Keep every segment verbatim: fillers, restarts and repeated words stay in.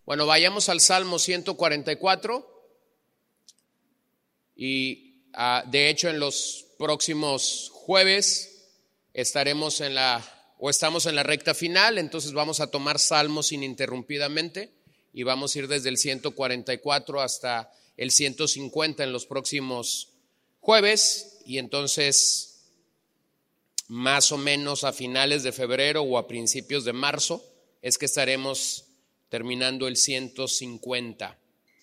Bueno, vayamos al Salmo ciento cuarenta y cuatro y uh, de hecho en los próximos jueves estaremos en la o estamos en la recta final, entonces vamos a tomar salmos ininterrumpidamente y vamos a ir desde el ciento cuarenta y cuatro hasta el ciento cincuenta en los próximos jueves, y entonces más o menos a finales de febrero o a principios de marzo es que estaremos terminando el ciento cincuenta.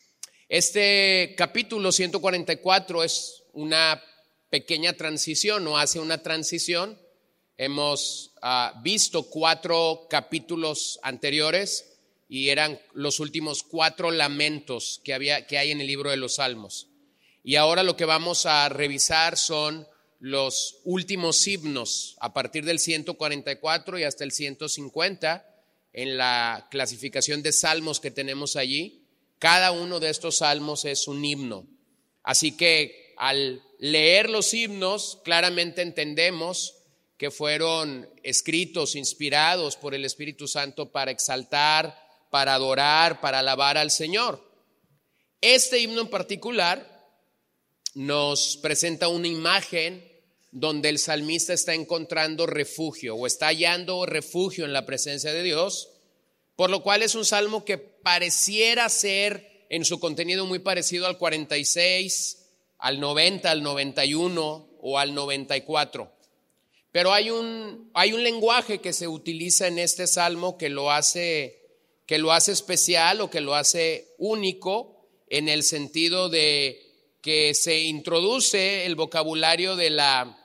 Este capítulo ciento cuarenta y cuatro es una pequeña transición o hace una transición. Hemos uh, visto cuatro capítulos anteriores y eran los últimos cuatro lamentos que, había, que hay en el libro de los Salmos. Y ahora lo que vamos a revisar son los últimos himnos a partir del ciento cuarenta y cuatro y hasta el ciento cincuenta. En la clasificación de salmos que tenemos allí, cada uno de estos salmos es un himno. Así que al leer los himnos, claramente entendemos que fueron escritos, inspirados por el Espíritu Santo para exaltar, para adorar, para alabar al Señor. Este himno en particular nos presenta una imagen donde el salmista está encontrando refugio o está hallando refugio en la presencia de Dios, por lo cual es un salmo que pareciera ser en su contenido muy parecido al cuarenta y seis, al noventa, al noventa y uno o al noventa y cuatro. Pero hay un, hay un lenguaje que se utiliza en este salmo que lo hace, que lo hace especial o que lo hace único, en el sentido de que se introduce el vocabulario de la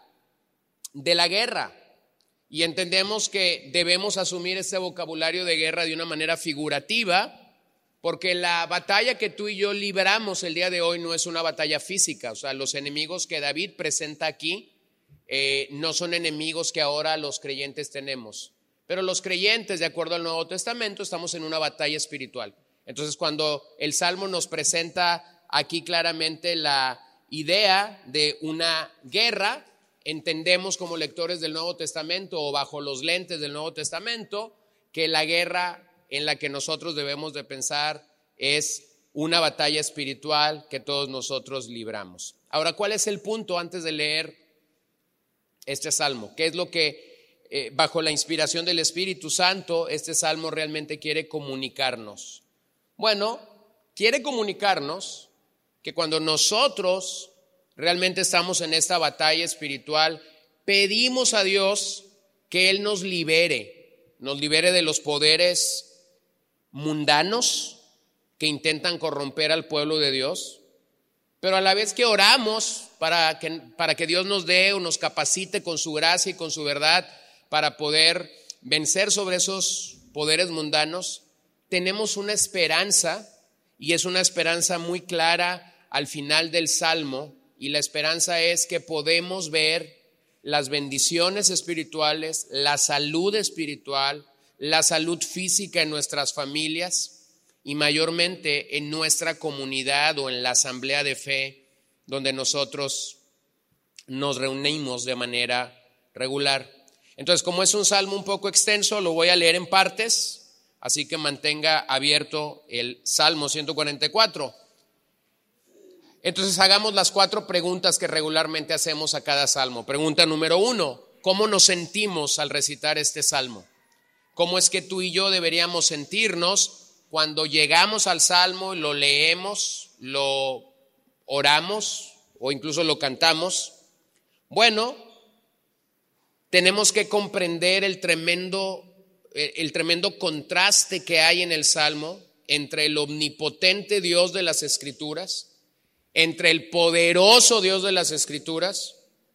de la guerra, y entendemos que debemos asumir ese vocabulario de guerra de una manera figurativa, porque la batalla que tú y yo libramos el día de hoy no es una batalla física. O sea, los enemigos que David presenta aquí eh, no son enemigos que ahora los creyentes tenemos, pero los creyentes, de acuerdo al Nuevo Testamento, estamos en una batalla espiritual. Entonces, cuando el Salmo nos presenta aquí claramente la idea de una guerra, entendemos como lectores del Nuevo Testamento o bajo los lentes del Nuevo Testamento que la guerra en la que nosotros debemos de pensar es una batalla espiritual que todos nosotros libramos. Ahora, ¿cuál es el punto antes de leer este salmo? ¿Qué es lo que eh, bajo la inspiración del Espíritu Santo este salmo realmente quiere comunicarnos? Bueno, quiere comunicarnos que cuando nosotros realmente estamos en esta batalla espiritual, pedimos a Dios que Él nos libere, nos libere de los poderes mundanos que intentan corromper al pueblo de Dios, pero a la vez que oramos para que, para que Dios nos dé o nos capacite con su gracia y con su verdad para poder vencer sobre esos poderes mundanos, tenemos una esperanza, y es una esperanza muy clara al final del Salmo. Y la esperanza es que podemos ver las bendiciones espirituales, la salud espiritual, la salud física en nuestras familias y mayormente en nuestra comunidad o en la asamblea de fe donde nosotros nos reunimos de manera regular. Entonces, como es un salmo un poco extenso, lo voy a leer en partes, así que mantenga abierto el Salmo ciento cuarenta y cuatro. Entonces hagamos las cuatro preguntas que regularmente hacemos a cada salmo. Pregunta número uno: ¿cómo nos sentimos al recitar este salmo? ¿Cómo es que tú y yo deberíamos sentirnos cuando llegamos al salmo, lo leemos, lo oramos o incluso lo cantamos? Bueno, tenemos que comprender el tremendo, el tremendo contraste que hay en el salmo entre el omnipotente Dios de las Escrituras, entre el poderoso Dios de las Escrituras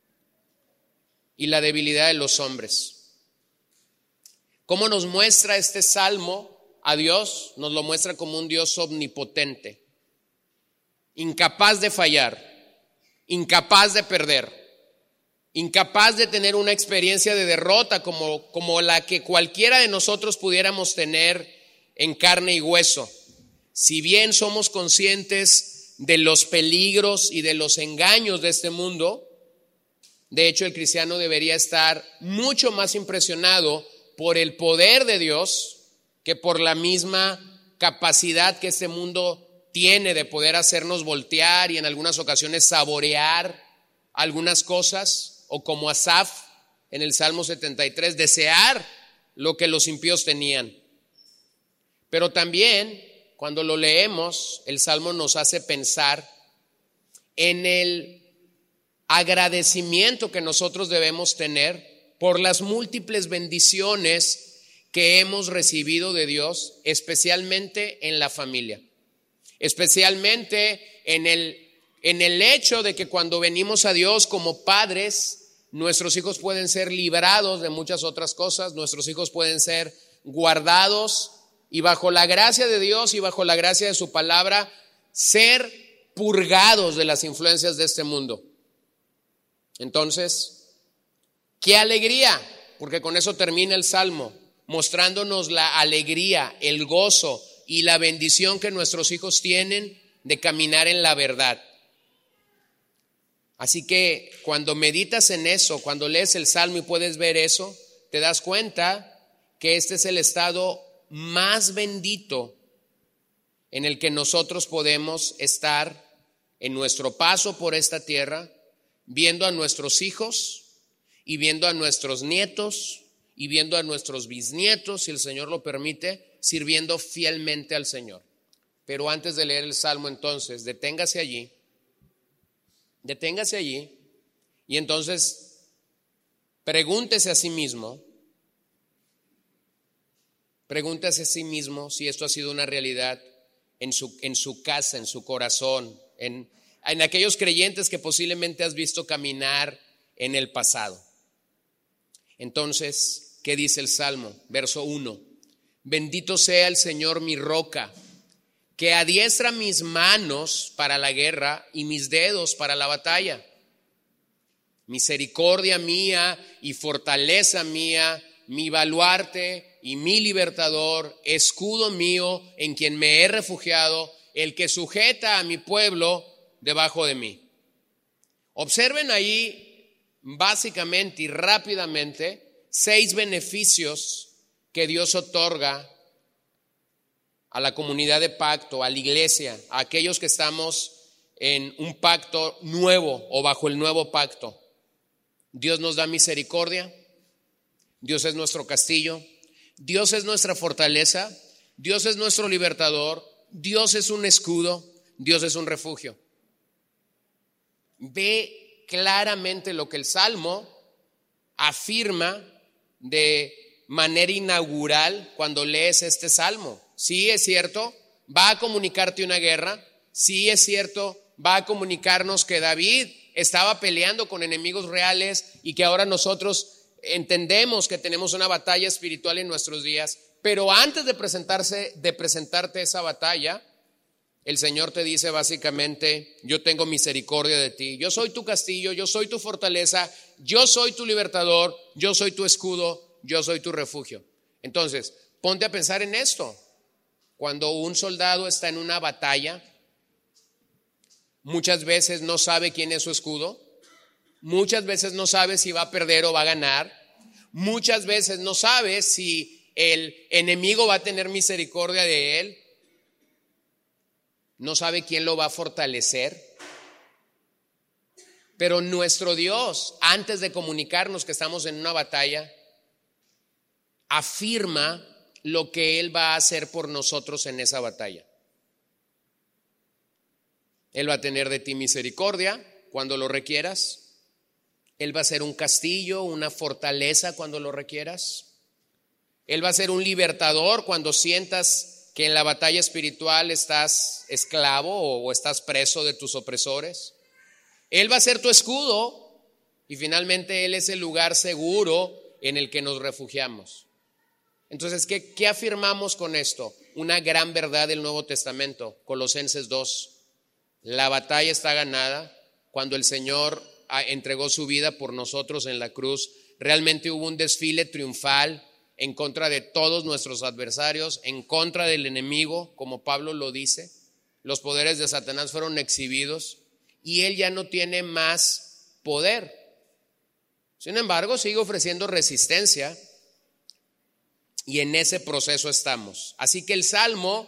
y la debilidad de los hombres. ¿Cómo nos muestra este salmo a Dios? Nos lo muestra como un Dios omnipotente, incapaz de fallar, incapaz de perder, incapaz de tener una experiencia de derrota como, como la que cualquiera de nosotros pudiéramos tener en carne y hueso. Si bien somos conscientes de los peligros y de los engaños de este mundo, de hecho el cristiano debería estar mucho más impresionado por el poder de Dios que por la misma capacidad que este mundo tiene de poder hacernos voltear y en algunas ocasiones saborear algunas cosas, o como Asaf en el Salmo setenta y tres, desear lo que los impíos tenían. Pero también cuando lo leemos, el Salmo nos hace pensar en el agradecimiento que nosotros debemos tener por las múltiples bendiciones que hemos recibido de Dios, especialmente en la familia, especialmente en el, en el hecho de que cuando venimos a Dios como padres, nuestros hijos pueden ser librados de muchas otras cosas, nuestros hijos pueden ser guardados y bajo la gracia de Dios y bajo la gracia de su palabra, ser purgados de las influencias de este mundo. Entonces, ¡qué alegría! Porque con eso termina el Salmo, mostrándonos la alegría, el gozo y la bendición que nuestros hijos tienen de caminar en la verdad. Así que cuando meditas en eso, cuando lees el Salmo y puedes ver eso, te das cuenta que este es el estado más bendito en el que nosotros podemos estar en nuestro paso por esta tierra, viendo a nuestros hijos y viendo a nuestros nietos y viendo a nuestros bisnietos, si el Señor lo permite, sirviendo fielmente al Señor. Pero antes de leer el Salmo, entonces, deténgase allí, deténgase allí y entonces pregúntese a sí mismo, pregúntese a sí mismo si esto ha sido una realidad en su, en su casa, en su corazón, en, en aquellos creyentes que posiblemente has visto caminar en el pasado. Entonces, ¿qué dice el Salmo? Verso uno. Bendito sea el Señor mi roca, que adiestra mis manos para la guerra y mis dedos para la batalla. Misericordia mía y fortaleza mía, mi baluarte y mi libertador, escudo mío en quien me he refugiado, el que sujeta a mi pueblo debajo de mí. Observen ahí básicamente y rápidamente seis beneficios que Dios otorga a la comunidad de pacto, a la iglesia, a aquellos que estamos en un pacto nuevo o bajo el nuevo pacto. Dios nos da misericordia, Dios es nuestro castillo, Dios es nuestra fortaleza, Dios es nuestro libertador, Dios es un escudo, Dios es un refugio. Ve claramente lo que el Salmo afirma de manera inaugural cuando lees este Salmo. Sí, es cierto, va a comunicarte una guerra. Sí, es cierto, va a comunicarnos que David estaba peleando con enemigos reales y que ahora nosotros entendemos que tenemos una batalla espiritual en nuestros días. Pero antes de presentarse, de presentarte esa batalla, el Señor te dice básicamente: yo tengo misericordia de ti, yo soy tu castillo, yo soy tu fortaleza, yo soy tu libertador, yo soy tu escudo, yo soy tu refugio. Entonces, ponte a pensar en esto. Cuando un soldado está en una batalla, muchas veces no sabe quién es su escudo, muchas veces no sabe si va a perder o va a ganar, muchas veces no sabe si el enemigo va a tener misericordia de él, no sabe quién lo va a fortalecer. Pero nuestro Dios, antes de comunicarnos que estamos en una batalla, afirma lo que Él va a hacer por nosotros en esa batalla. Él va a tener de ti misericordia cuando lo requieras. Él va a ser un castillo, una fortaleza cuando lo requieras. Él va a ser un libertador cuando sientas que en la batalla espiritual estás esclavo o, o estás preso de tus opresores. Él va a ser tu escudo y finalmente Él es el lugar seguro en el que nos refugiamos. Entonces, ¿qué, qué afirmamos con esto? Una gran verdad del Nuevo Testamento, Colosenses dos. La batalla está ganada. Cuando el Señor entregó su vida por nosotros en la cruz, realmente hubo un desfile triunfal en contra de todos nuestros adversarios, en contra del enemigo, como Pablo lo dice. Los poderes de Satanás fueron exhibidos y él ya no tiene más poder. Sin embargo, sigue ofreciendo resistencia y en ese proceso estamos. Así que el Salmo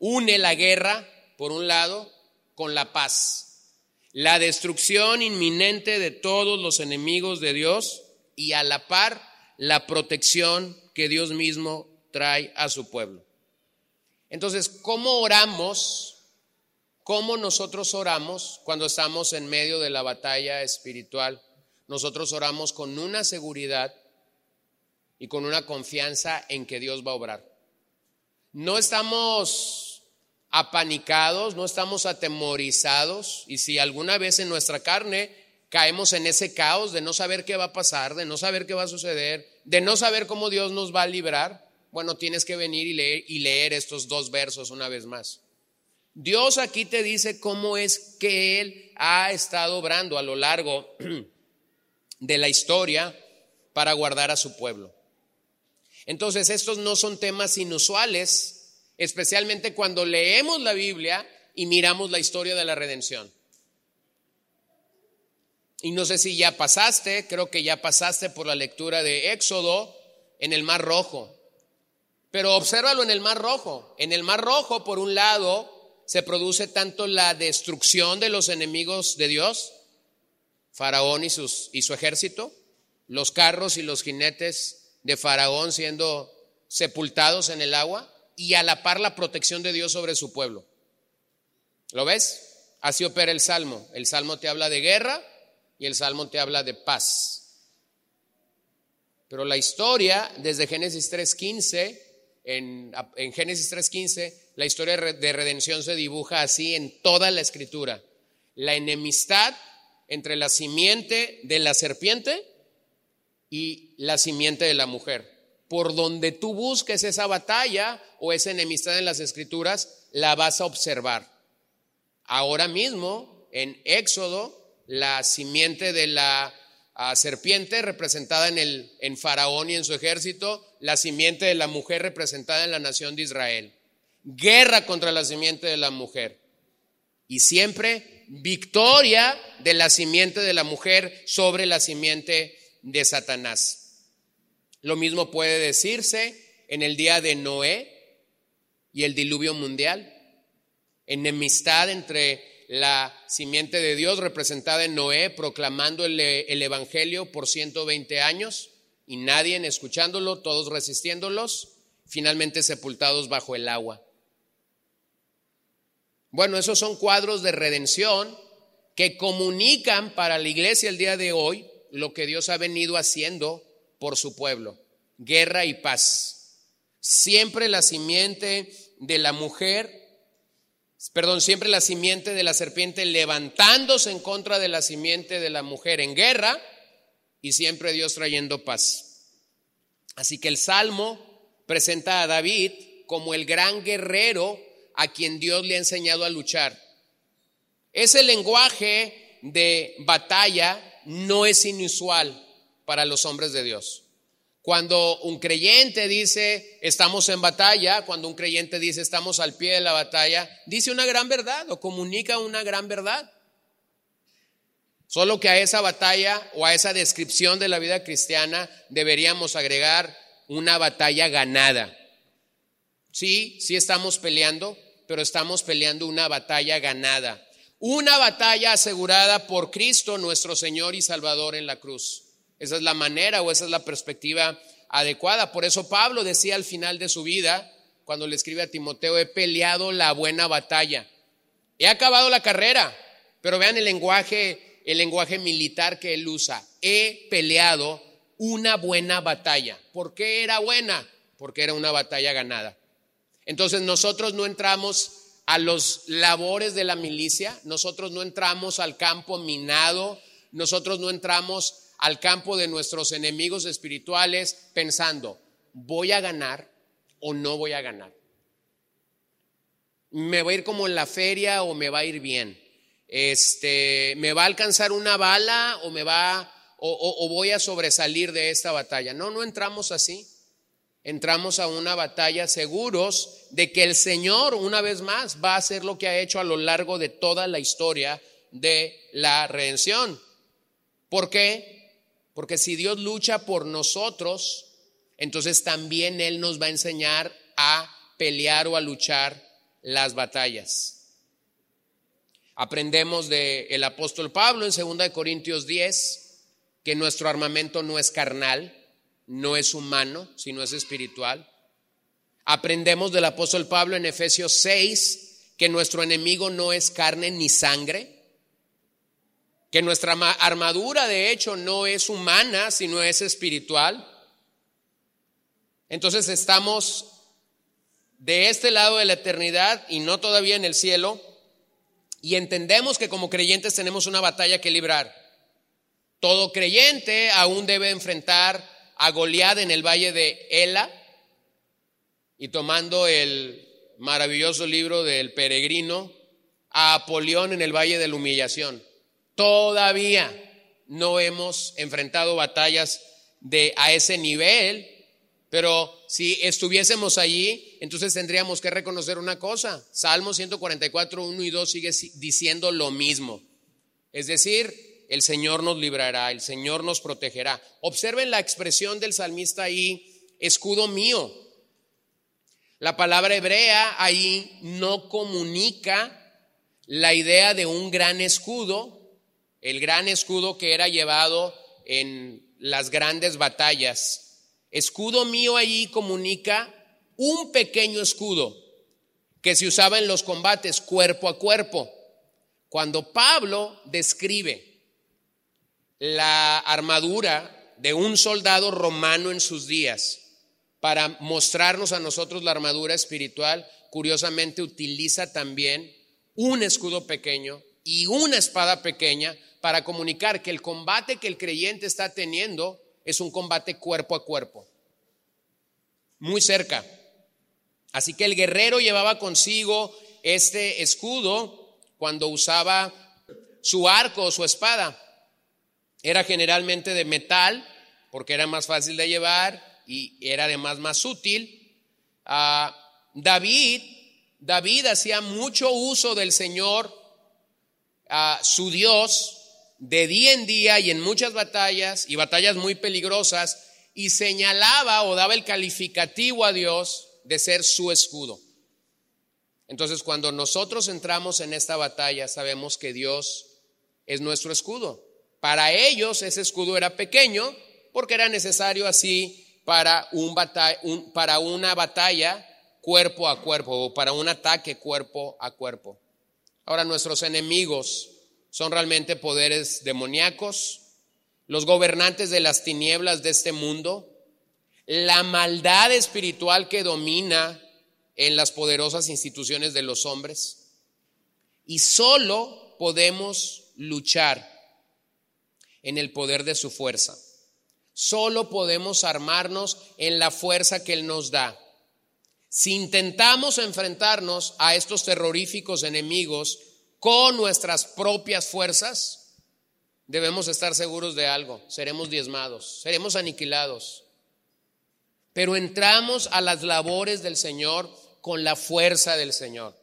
une la guerra, por un lado, con la paz, la destrucción inminente de todos los enemigos de Dios y a la par la protección que Dios mismo trae a su pueblo. Entonces, ¿cómo oramos? ¿Cómo nosotros oramos cuando estamos en medio de la batalla espiritual? Nosotros oramos con una seguridad y con una confianza en que Dios va a obrar. No estamos apanicados, no estamos atemorizados, y si alguna vez en nuestra carne caemos en ese caos de no saber qué va a pasar, de no saber qué va a suceder, de no saber cómo Dios nos va a librar, bueno, tienes que venir y leer, y leer estos dos versos una vez más. Dios aquí te dice cómo es que Él ha estado obrando a lo largo de la historia para guardar a su pueblo. Entonces, estos no son temas inusuales, especialmente cuando leemos la Biblia y miramos la historia de la redención. Y no sé si ya pasaste, creo que ya pasaste por la lectura de Éxodo en el Mar Rojo. Pero obsérvalo en el Mar Rojo. En el Mar Rojo, por un lado, se produce tanto la destrucción de los enemigos de Dios, Faraón y, sus, y su ejército, los carros y los jinetes de Faraón siendo sepultados en el agua, y a la par la protección de Dios sobre su pueblo. ¿Lo ves? Así opera el Salmo. El Salmo te habla de guerra y el Salmo te habla de paz. Pero la historia, desde Génesis tres quince, en, en Génesis tres quince, la historia de redención se dibuja así en toda la Escritura. La enemistad entre la simiente de la serpiente y la simiente de la mujer. Por donde tú busques esa batalla o esa enemistad en las Escrituras, la vas a observar. Ahora mismo, en Éxodo, la simiente de la uh, serpiente representada en, el, en Faraón y en su ejército, la simiente de la mujer representada en la nación de Israel. Guerra contra la simiente de la mujer. Y siempre victoria de la simiente de la mujer sobre la simiente de Satanás. Lo mismo puede decirse en el día de Noé y el diluvio mundial. Enemistad entre la simiente de Dios representada en Noé, proclamando el, el evangelio por ciento veinte años y nadie escuchándolo, todos resistiéndolos, finalmente sepultados bajo el agua. Bueno, esos son cuadros de redención que comunican para la iglesia el día de hoy lo que Dios ha venido haciendo por su pueblo: guerra y paz. Siempre la simiente de la mujer, perdón, siempre la simiente de la serpiente levantándose en contra de la simiente de la mujer en guerra, y siempre Dios trayendo paz. Así que el Salmo presenta a David como el gran guerrero a quien Dios le ha enseñado a luchar. Ese lenguaje de batalla no es inusual para los hombres de Dios. Cuando un creyente dice estamos en batalla, cuando un creyente dice estamos al pie de la batalla, dice una gran verdad o comunica una gran verdad. Solo que a esa batalla o a esa descripción de la vida cristiana deberíamos agregar una batalla ganada. Sí, sí estamos peleando, pero estamos peleando una batalla ganada. Una batalla asegurada por Cristo, nuestro Señor y Salvador en la cruz. Esa es la manera o esa es la perspectiva adecuada. Por eso Pablo decía al final de su vida, cuando le escribe a Timoteo: he peleado la buena batalla, he acabado la carrera. Pero vean el lenguaje, el lenguaje militar que él usa: he peleado una buena batalla. ¿Por qué era buena? Porque era una batalla ganada. Entonces nosotros no entramos a los labores de la milicia, nosotros no entramos al campo minado, nosotros no entramos al campo de nuestros enemigos espirituales pensando, ¿voy a ganar o no voy a ganar? ¿Me va a ir como en la feria o me va a ir bien? Este, ¿me va a alcanzar una bala o me va o, o, o voy a sobresalir de esta batalla? No, no entramos así. Entramos a una batalla seguros de que el Señor una vez más va a hacer lo que ha hecho a lo largo de toda la historia de la redención. ¿Por qué? Porque si Dios lucha por nosotros, entonces también Él nos va a enseñar a pelear o a luchar las batallas. Aprendemos del apóstol Pablo en segunda de Corintios diez que nuestro armamento no es carnal, no es humano, sino es espiritual. Aprendemos del apóstol Pablo en Efesios seis que nuestro enemigo no es carne ni sangre, que nuestra armadura de hecho no es humana, sino es espiritual. Entonces estamos de este lado de la eternidad y no todavía en el cielo, y entendemos que como creyentes tenemos una batalla que librar. Todo creyente aún debe enfrentar a Goliat en el valle de Ela, y tomando el maravilloso libro del Peregrino, a Apolión en el valle de la humillación. Todavía no hemos enfrentado batallas de a ese nivel, pero si estuviésemos allí, entonces tendríamos que reconocer una cosa. Salmo ciento cuarenta y cuatro, uno y dos sigue diciendo lo mismo. Es decir, el Señor nos librará, el Señor nos protegerá. Observen la expresión del salmista ahí, escudo mío. La palabra hebrea ahí no comunica la idea de un gran escudo, el gran escudo que era llevado en las grandes batallas. Escudo mío ahí comunica un pequeño escudo que se usaba en los combates cuerpo a cuerpo. Cuando Pablo describe la armadura de un soldado romano en sus días para mostrarnos a nosotros la armadura espiritual, curiosamente utiliza también un escudo pequeño y una espada pequeña para comunicar que el combate que el creyente está teniendo es un combate cuerpo a cuerpo, muy cerca. Así que el guerrero llevaba consigo este escudo cuando usaba su arco o su espada. Era generalmente de metal porque era más fácil de llevar y era además más útil. Uh, David, David hacía mucho uso del Señor, uh, su Dios, de día en día y en muchas batallas y batallas muy peligrosas, y señalaba o daba el calificativo a Dios de ser su escudo. Entonces, cuando nosotros entramos en esta batalla, sabemos que Dios es nuestro escudo. Para ellos ese escudo era pequeño porque era necesario así para, un batalla, un, para una batalla cuerpo a cuerpo o para un ataque cuerpo a cuerpo. Ahora, nuestros enemigos son realmente poderes demoníacos, los gobernantes de las tinieblas de este mundo, la maldad espiritual que domina en las poderosas instituciones de los hombres. Y solo podemos luchar en el poder de su fuerza. Solo podemos armarnos en la fuerza que Él nos da. Si intentamos enfrentarnos a estos terroríficos enemigos con nuestras propias fuerzas, debemos estar seguros de algo: seremos diezmados, seremos aniquilados. Pero entramos a las labores del Señor con la fuerza del Señor.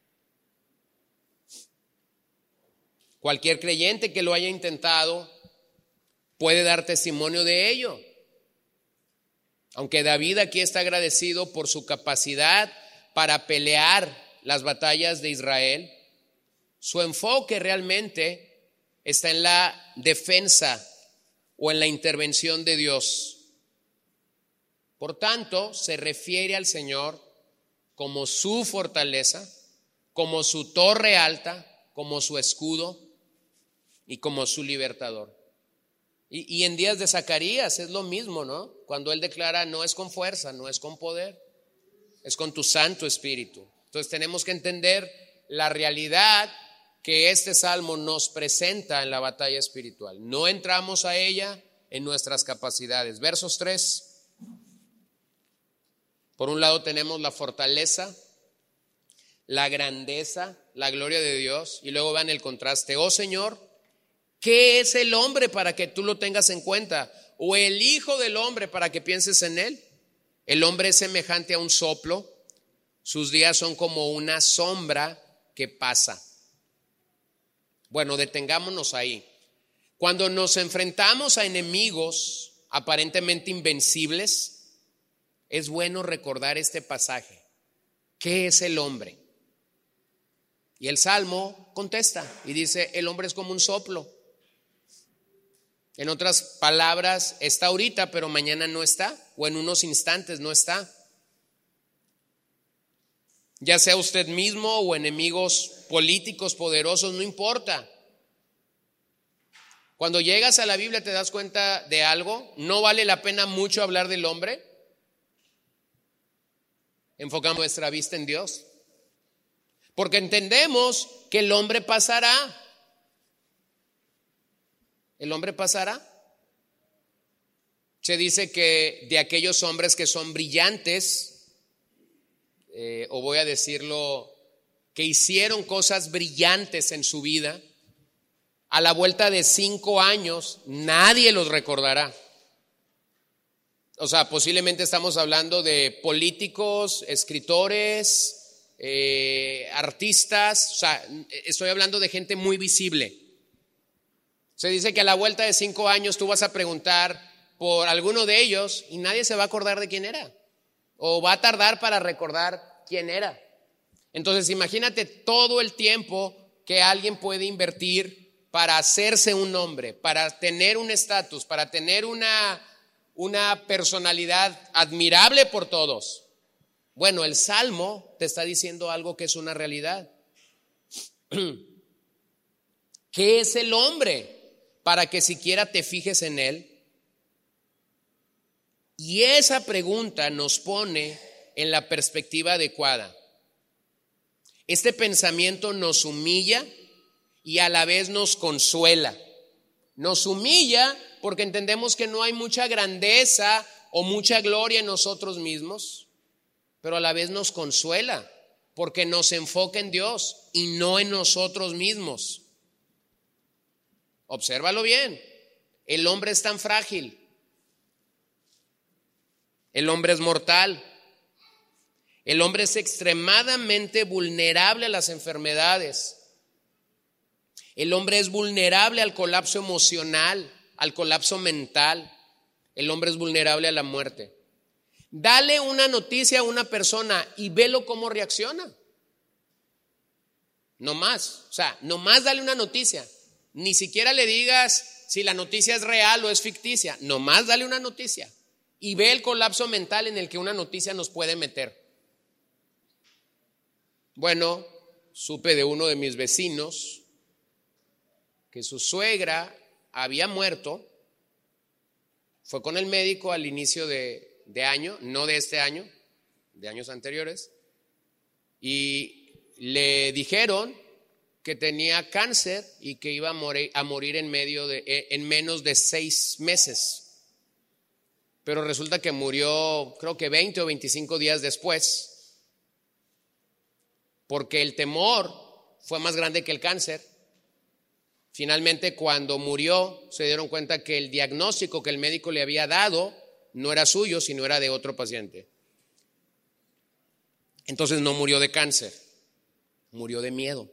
Cualquier creyente que lo haya intentado puede dar testimonio de ello. Aunque David aquí está agradecido por su capacidad para pelear las batallas de Israel, su enfoque realmente está en la defensa o en la intervención de Dios. Por tanto, se refiere al Señor como su fortaleza, como su torre alta, como su escudo y como su libertador. Y, y en días de Zacarías es lo mismo, ¿no? Cuando él declara: no es con fuerza, no es con poder, es con tu Santo Espíritu. Entonces tenemos que entender la realidad que este salmo nos presenta en la batalla espiritual. No entramos a ella en nuestras capacidades. Versos tres. Por un lado tenemos la fortaleza, la grandeza, la gloria de Dios, y luego van el contraste. Oh Señor, ¿qué es el hombre para que tú lo tengas en cuenta? ¿O el hijo del hombre para que pienses en él? El hombre es semejante a un soplo, sus días son como una sombra que pasa. Bueno, detengámonos ahí. Cuando nos enfrentamos a enemigos aparentemente invencibles, es bueno recordar este pasaje. ¿Qué es el hombre? Y el Salmo contesta y dice, el hombre es como un soplo. En otras palabras, está ahorita, pero mañana no está, o en unos instantes no está. Ya sea usted mismo o enemigos políticos poderosos, no importa. Cuando llegas a la Biblia te das cuenta de algo, no vale la pena mucho hablar del hombre. Enfocamos nuestra vista en Dios, porque entendemos que el hombre pasará. El hombre pasará. Se dice que de aquellos hombres que son brillantes, eh, o voy a decirlo, que hicieron cosas brillantes en su vida, a la vuelta de cinco años nadie los recordará. O sea, posiblemente estamos hablando de políticos, escritores, eh, artistas, o sea, estoy hablando de gente muy visible. Se dice que a la vuelta de cinco años tú vas a preguntar por alguno de ellos y nadie se va a acordar de quién era, o va a tardar para recordar quién era. Entonces imagínate todo el tiempo que alguien puede invertir para hacerse un nombre, para tener un estatus, para tener una, una personalidad admirable por todos. Bueno, el Salmo te está diciendo algo que es una realidad. ¿Qué es el hombre para que siquiera te fijes en él? Y esa pregunta nos pone en la perspectiva adecuada. Este pensamiento nos humilla y a la vez nos consuela. Nos humilla porque entendemos que no hay mucha grandeza o mucha gloria en nosotros mismos, pero a la vez nos consuela porque nos enfoca en Dios y no en nosotros mismos. Obsérvalo bien, el hombre es tan frágil, el hombre es mortal, el hombre es extremadamente vulnerable a las enfermedades. El hombre es vulnerable al colapso emocional, al colapso mental. El hombre es vulnerable a la muerte. Dale una noticia a una persona y velo cómo reacciona. No más, o sea, no más dale una noticia. Ni siquiera le digas si la noticia es real o es ficticia. No más dale una noticia y ve el colapso mental en el que una noticia nos puede meter. Bueno, supe de uno de mis vecinos que su suegra había muerto, fue con el médico al inicio de, de año, no de este año, de años anteriores, y le dijeron que tenía cáncer y que iba a morir, a morir en, medio de, en menos de seis meses. Pero resulta que murió, creo que veinte o veinticinco días después, porque el temor fue más grande que el cáncer. Finalmente, cuando murió, se dieron cuenta que el diagnóstico que el médico le había dado no era suyo, sino era de otro paciente. Entonces no murió de cáncer, murió de miedo.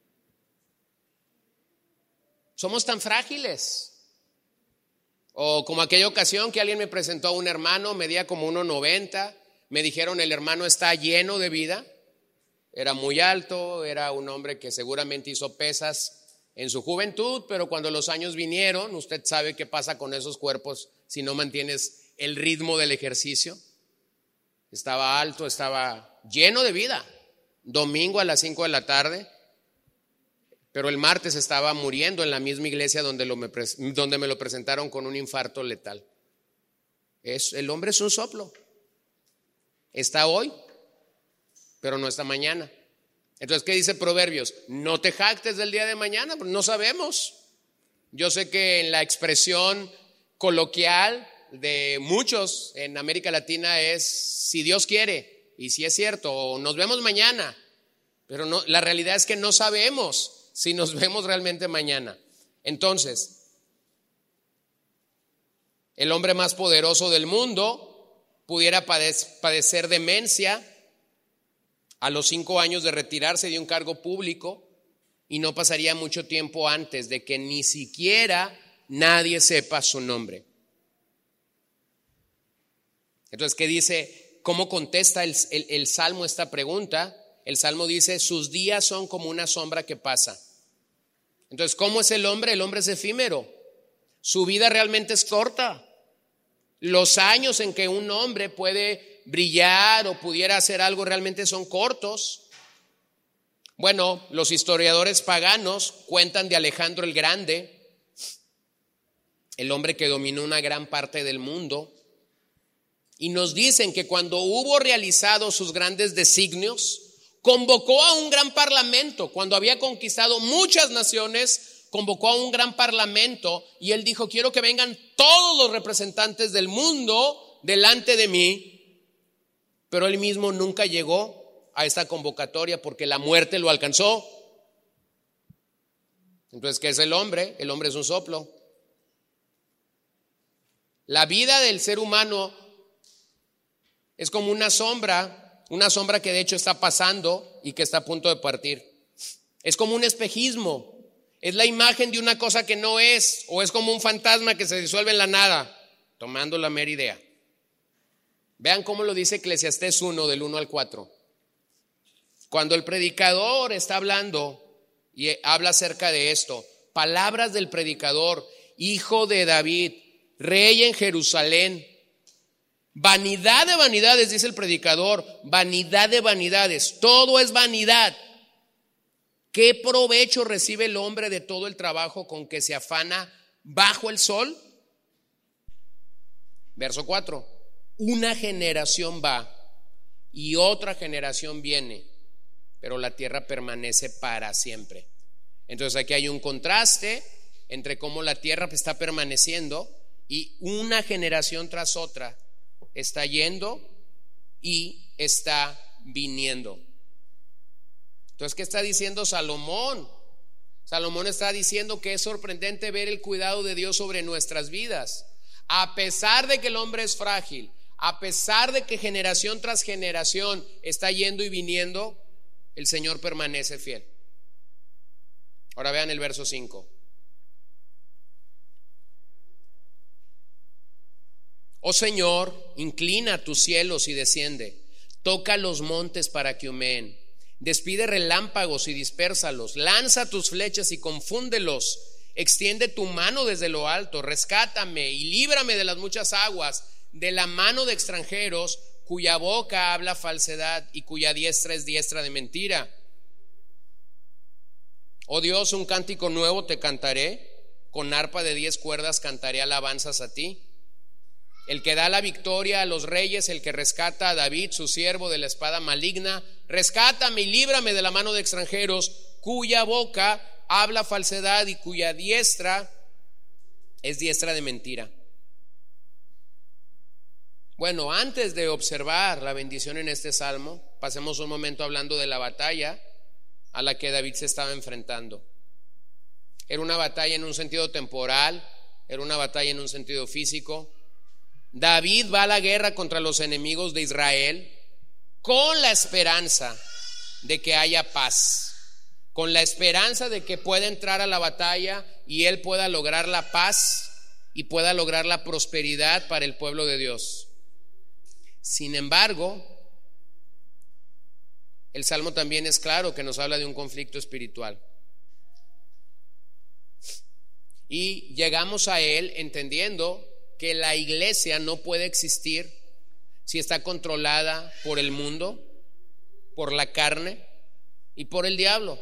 Somos tan frágiles. O como aquella ocasión que alguien me presentó a un hermano, medía como uno noventa, me dijeron el hermano está lleno de vida, era muy alto, era un hombre que seguramente hizo pesas en su juventud, pero cuando los años vinieron, usted sabe qué pasa con esos cuerpos si no mantienes el ritmo del ejercicio. Estaba alto, estaba lleno de vida. Domingo a las cinco de la tarde, pero el martes estaba muriendo en la misma iglesia donde, lo me, donde me lo presentaron con un infarto letal. Es, el hombre es un soplo. Está hoy, pero no está mañana. Entonces, ¿qué dice Proverbios? No te jactes del día de mañana, porque no sabemos. Yo sé que en la expresión coloquial de muchos en América Latina es si Dios quiere, y si es cierto, o nos vemos mañana, pero no, la realidad es que no sabemos si nos vemos realmente mañana. Entonces, el hombre más poderoso del mundo pudiera padecer demencia a los cinco años de retirarse de un cargo público y no pasaría mucho tiempo antes de que ni siquiera nadie sepa su nombre. Entonces, ¿qué dice? ¿Cómo contesta el, el, el Salmo esta pregunta? el Salmo dice, sus días son como una sombra que pasa. Entonces, ¿cómo es el hombre? El hombre es efímero. Su vida realmente es corta. Los años en que un hombre puede brillar o pudiera hacer algo realmente son cortos. Bueno, los historiadores paganos cuentan de Alejandro el Grande, el hombre que dominó una gran parte del mundo, y nos dicen que cuando hubo realizado sus grandes designios, convocó a un gran parlamento. Cuando había conquistado muchas naciones, convocó a un gran parlamento y él dijo, quiero que vengan todos los representantes del mundo delante de mí. Pero él mismo nunca llegó a esta convocatoria porque la muerte lo alcanzó. Entonces, ¿qué es el hombre? El hombre es un soplo. La vida del ser humano es como una sombra, una sombra que de hecho está pasando y que está a punto de partir. Es como un espejismo, es la imagen de una cosa que no es, o es como un fantasma que se disuelve en la nada, tomando la mera idea. Vean cómo lo dice Eclesiastés uno, del uno al cuatro. Cuando el predicador está hablando y habla acerca de esto, palabras del predicador, hijo de David, rey en Jerusalén. Vanidad de vanidades, dice el predicador, vanidad de vanidades, todo es vanidad. ¿Qué provecho recibe el hombre de todo el trabajo con que se afana bajo el sol? Verso cuatro, una generación va y otra generación viene, pero la tierra permanece para siempre. Entonces aquí hay un contraste entre cómo la tierra está permaneciendo y una generación tras otra está yendo y está viniendo. Entonces, ¿qué está diciendo Salomón? Salomón está diciendo que es sorprendente ver el cuidado de Dios sobre nuestras vidas. A pesar de que el hombre es frágil, a pesar de que generación tras generación está yendo y viniendo, el Señor permanece fiel. Ahora vean el verso cinco. Oh Señor, inclina tus cielos y desciende, toca los montes para que humeen, despide relámpagos y dispérsalos, lanza tus flechas y confúndelos, extiende tu mano desde lo alto, rescátame y líbrame de las muchas aguas, de la mano de extranjeros, cuya boca habla falsedad y cuya diestra es diestra de mentira. Oh Dios, un cántico nuevo te cantaré, con arpa de diez cuerdas cantaré alabanzas a ti. El que da la victoria a los reyes, el que rescata a David, su siervo, de la espada maligna, rescátame y líbrame de la mano de extranjeros, cuya boca habla falsedad y cuya diestra es diestra de mentira. Bueno, antes de observar la bendición en este salmo, pasemos un momento hablando de la batalla a la que David se estaba enfrentando. Era una batalla en un sentido temporal, era una batalla en un sentido físico. David va a la guerra contra los enemigos de Israel con la esperanza de que haya paz, con la esperanza de que pueda entrar a la batalla y él pueda lograr la paz y pueda lograr la prosperidad para el pueblo de Dios. Sin embargo, el Salmo también es claro que nos habla de un conflicto espiritual. Y llegamos a él entendiendo que la iglesia no puede existir si está controlada por el mundo, por la carne y por el diablo.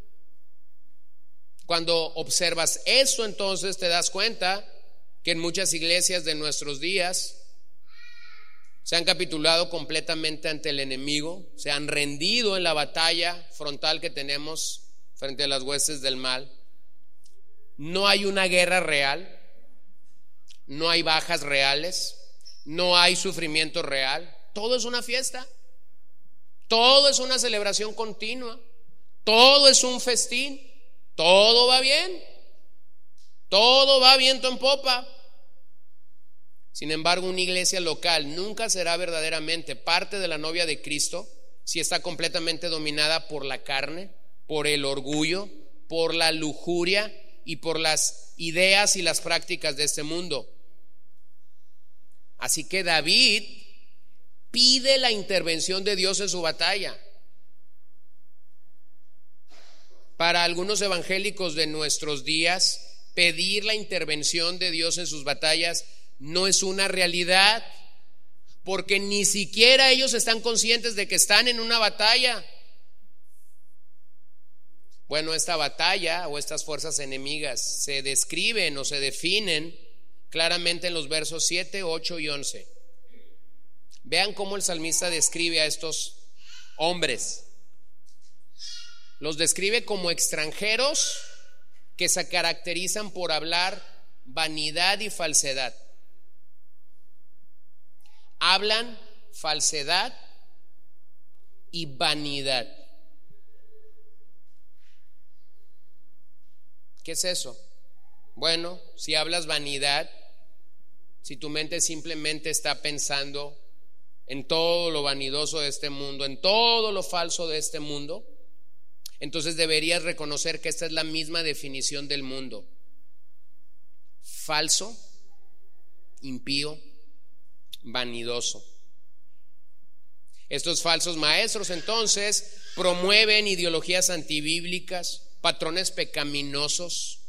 Cuando observas eso, entonces te das cuenta que en muchas iglesias de nuestros días se han capitulado completamente ante el enemigo, se han rendido en la batalla frontal que tenemos frente a las huestes del mal. No hay una guerra real, no hay bajas reales, no hay sufrimiento real. Todo es una fiesta, todo es una celebración continua, todo es un festín, todo va bien, todo va viento en popa. Sin embargo, una iglesia local nunca será verdaderamente parte de la novia de Cristo si está completamente dominada por la carne, por el orgullo, por la lujuria y por las ideas y las prácticas de este mundo. Así que David pide la intervención de Dios en su batalla. Para algunos evangélicos de nuestros días, pedir la intervención de Dios en sus batallas no es una realidad, porque ni siquiera ellos están conscientes de que están en una batalla. Bueno, esta batalla o estas fuerzas enemigas se describen o se definen claramente en los versos siete, ocho y once. Vean cómo el salmista describe a estos hombres. Los describe como extranjeros que se caracterizan por hablar vanidad y falsedad. Hablan falsedad y vanidad. ¿Qué es eso? Bueno, si hablas vanidad, si tu mente simplemente está pensando en todo lo vanidoso de este mundo, en todo lo falso de este mundo, entonces deberías reconocer que esta es la misma definición del mundo: falso, impío, vanidoso. Estos falsos maestros entonces promueven ideologías antibíblicas, patrones pecaminosos.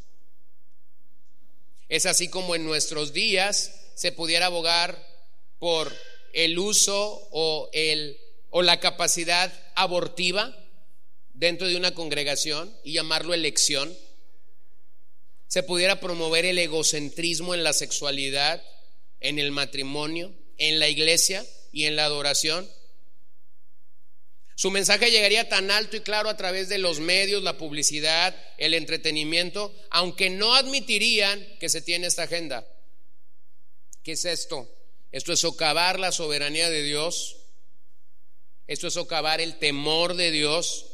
Es así como en nuestros días se pudiera abogar por el uso o, el, o la capacidad abortiva dentro de una congregación y llamarlo elección. Se pudiera promover el egocentrismo en la sexualidad, en el matrimonio, en la iglesia y en la adoración. Su mensaje llegaría tan alto y claro a través de los medios, la publicidad, el entretenimiento, aunque no admitirían que se tiene esta agenda. ¿Qué es esto? Esto es socavar la soberanía de Dios. Esto es socavar el temor de Dios.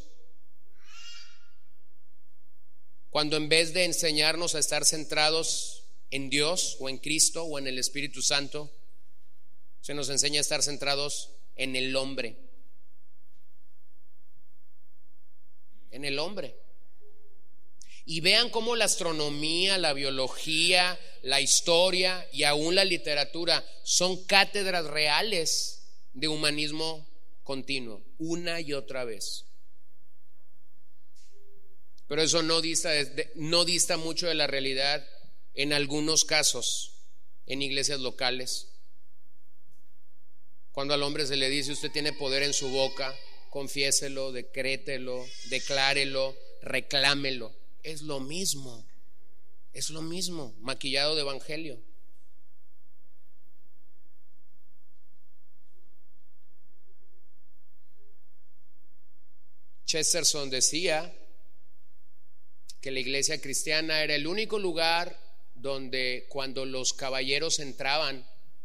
Cuando en vez de enseñarnos a estar centrados en Dios o en Cristo o en el Espíritu Santo, se nos enseña a estar centrados en el hombre. En el hombre. Y vean cómo la astronomía, la biología, la historia y aún la literatura son cátedras reales de humanismo continuo, una y otra vez. Pero eso no dista, de, no dista mucho de la realidad en algunos casos en iglesias locales. Cuando al hombre se le dice: usted tiene poder en su boca, confiéselo, decrételo, declárelo, reclámelo. Es lo mismo, es lo mismo, maquillado de evangelio. Chesterton decía que la iglesia cristiana era el único lugar donde, cuando los caballeros entraban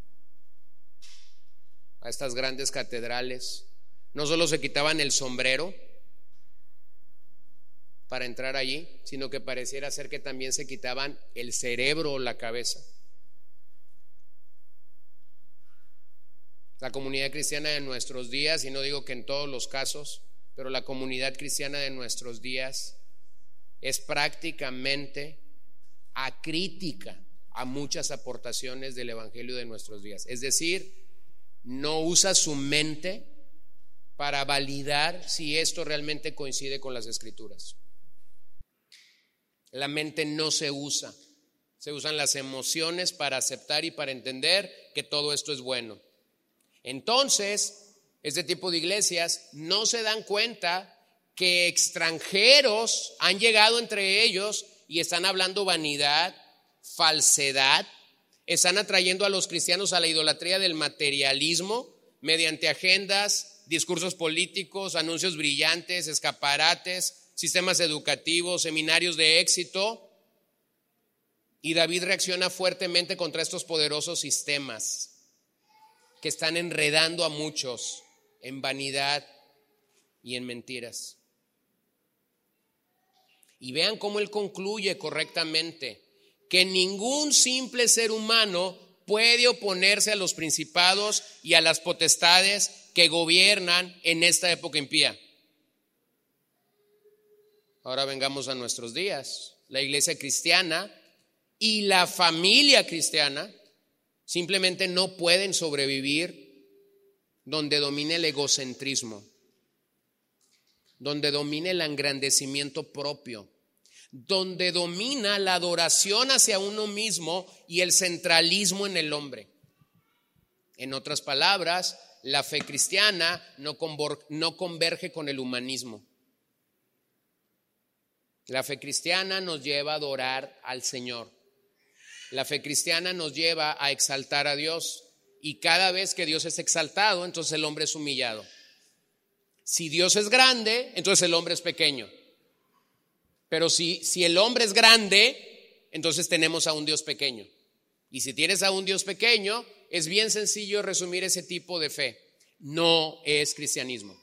a estas grandes catedrales, no solo se quitaban el sombrero para entrar allí, sino que pareciera ser que también se quitaban el cerebro o la cabeza. La comunidad cristiana de nuestros días, y no digo que en todos los casos, pero la comunidad cristiana de nuestros días es prácticamente acrítica a muchas aportaciones del evangelio de nuestros días. Es decir, no usa su mente para validar si esto realmente coincide con las escrituras. La mente no se usa, se usan las emociones para aceptar y para entender que todo esto es bueno. Entonces, este tipo de iglesias no se dan cuenta que extranjeros han llegado entre ellos y están hablando vanidad, falsedad, están atrayendo a los cristianos a la idolatría del materialismo mediante agendas, discursos políticos, anuncios brillantes, escaparates, sistemas educativos, seminarios de éxito. Y David reacciona fuertemente contra estos poderosos sistemas que están enredando a muchos en vanidad y en mentiras. Y vean cómo él concluye correctamente: que ningún simple ser humano puede oponerse a los principados y a las potestades que gobiernan en esta época impía. Ahora vengamos a nuestros días. La iglesia cristiana y la familia cristiana simplemente no pueden sobrevivir donde domine el egocentrismo, donde domina el engrandecimiento propio, donde domina la adoración hacia uno mismo y el centralismo en el hombre. En otras palabras, la fe cristiana no, convor- no converge con el humanismo. La fe cristiana nos lleva a adorar al Señor. La fe cristiana nos lleva a exaltar a Dios. Y cada vez que Dios es exaltado, entonces el hombre es humillado. Si Dios es grande, entonces el hombre es pequeño. Pero si, si el hombre es grande, entonces tenemos a un Dios pequeño. Y si tienes a un Dios pequeño, es bien sencillo resumir ese tipo de fe. No es cristianismo.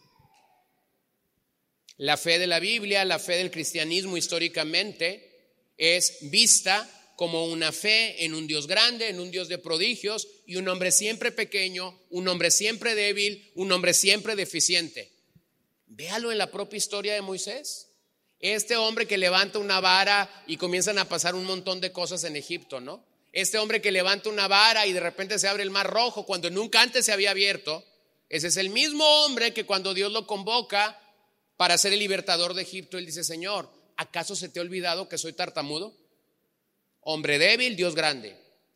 La fe de la Biblia, la fe del cristianismo históricamente es vista como una fe en un Dios grande, en un Dios de prodigios y un hombre siempre pequeño, un hombre siempre débil, un hombre siempre deficiente. Véalo en la propia historia de Moisés. Este hombre que levanta una vara y comienzan a pasar un montón de cosas en Egipto, ¿no? Este hombre que levanta una vara y de repente se abre el mar rojo cuando nunca antes se había abierto. Ese es el mismo hombre que cuando Dios lo convoca para ser el libertador de Egipto, él dice: Señor, ¿acaso se te ha olvidado que soy tartamudo? Hombre débil, Dios grande.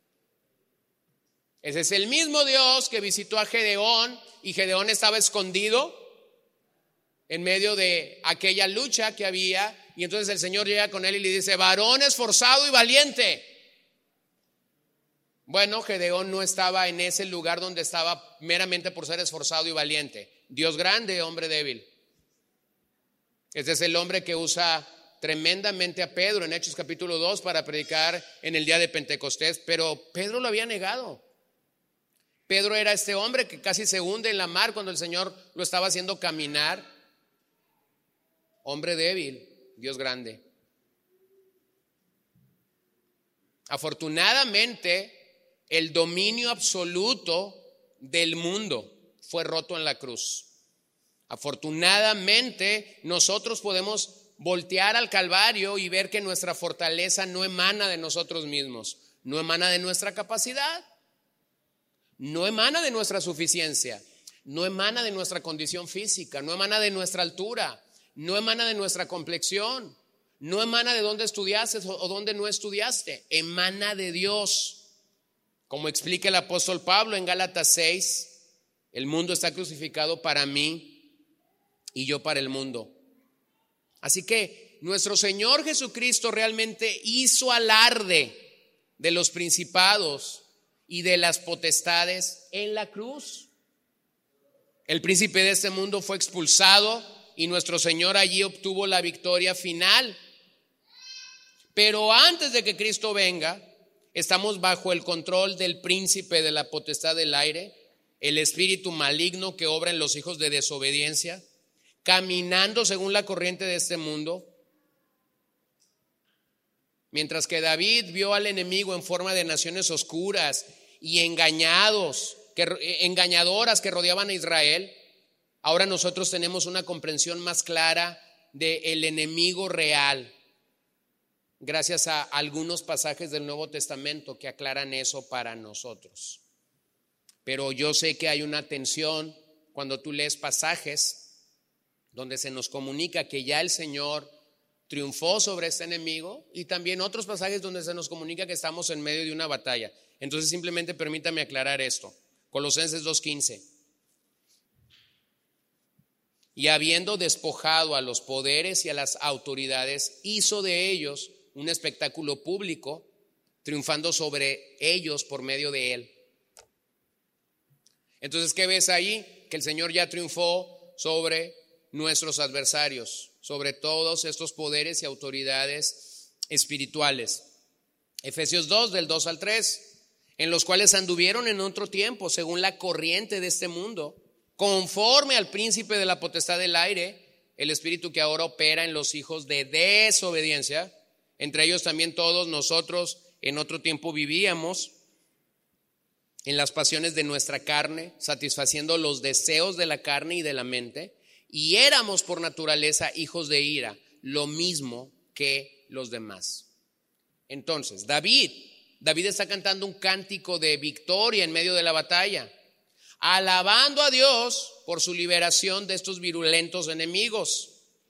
Ese es el mismo Dios que visitó a Gedeón y Gedeón estaba escondido en medio de aquella lucha que había, y entonces el Señor llega con él y le dice: varón esforzado y valiente. Bueno, Gedeón no estaba en ese lugar donde estaba meramente por ser esforzado y valiente. Dios grande, hombre débil. Este es el hombre que usa tremendamente a Pedro en Hechos capítulo dos para predicar en el día de Pentecostés, pero Pedro lo había negado. Pedro era este hombre que casi se hunde en la mar cuando el Señor lo estaba haciendo caminar. Hombre débil, Dios grande. Afortunadamente, el dominio absoluto del mundo fue roto en la cruz. Afortunadamente, nosotros podemos voltear al Calvario y ver que nuestra fortaleza no emana de nosotros mismos, no emana de nuestra capacidad, no emana de nuestra suficiencia, no emana de nuestra condición física, no emana de nuestra altura, no emana de nuestra complexión, no emana de dónde estudiaste o dónde no estudiaste, emana de Dios. Como explica el apóstol Pablo en Gálatas seis, el mundo está crucificado para mí y yo para el mundo. Así que nuestro Señor Jesucristo realmente hizo alarde de los principados y de las potestades en la cruz. El príncipe de este mundo fue expulsado y nuestro Señor allí obtuvo la victoria final. Pero antes de que Cristo venga, estamos bajo el control del príncipe de la potestad del aire, el espíritu maligno que obra en los hijos de desobediencia, caminando según la corriente de este mundo. Mientras que David vio al enemigo en forma de naciones oscuras y engañados, que, engañadoras que rodeaban a Israel, ahora nosotros tenemos una comprensión más clara del enemigo real, gracias a algunos pasajes del Nuevo Testamento que aclaran eso para nosotros. Pero yo sé que hay una tensión cuando tú lees pasajes donde se nos comunica que ya el Señor triunfó sobre este enemigo, y también otros pasajes donde se nos comunica que estamos en medio de una batalla. Entonces simplemente permítame aclarar esto. Colosenses dos quince. Y habiendo despojado a los poderes y a las autoridades, hizo de ellos un espectáculo público, triunfando sobre ellos por medio de él. Entonces, ¿qué ves ahí? Que el Señor ya triunfó sobre nuestros adversarios, sobre todos estos poderes y autoridades espirituales. Efesios dos, del dos al tres, en los cuales anduvieron en otro tiempo, según la corriente de este mundo, conforme al príncipe de la potestad del aire, el espíritu que ahora opera en los hijos de desobediencia. Entre ellos también todos nosotros en otro tiempo vivíamos en las pasiones de nuestra carne, satisfaciendo los deseos de la carne y de la mente, y éramos por naturaleza hijos de ira, lo mismo que los demás. Entonces, David, David está cantando un cántico de victoria en medio de la batalla, alabando a Dios por su liberación de estos virulentos enemigos.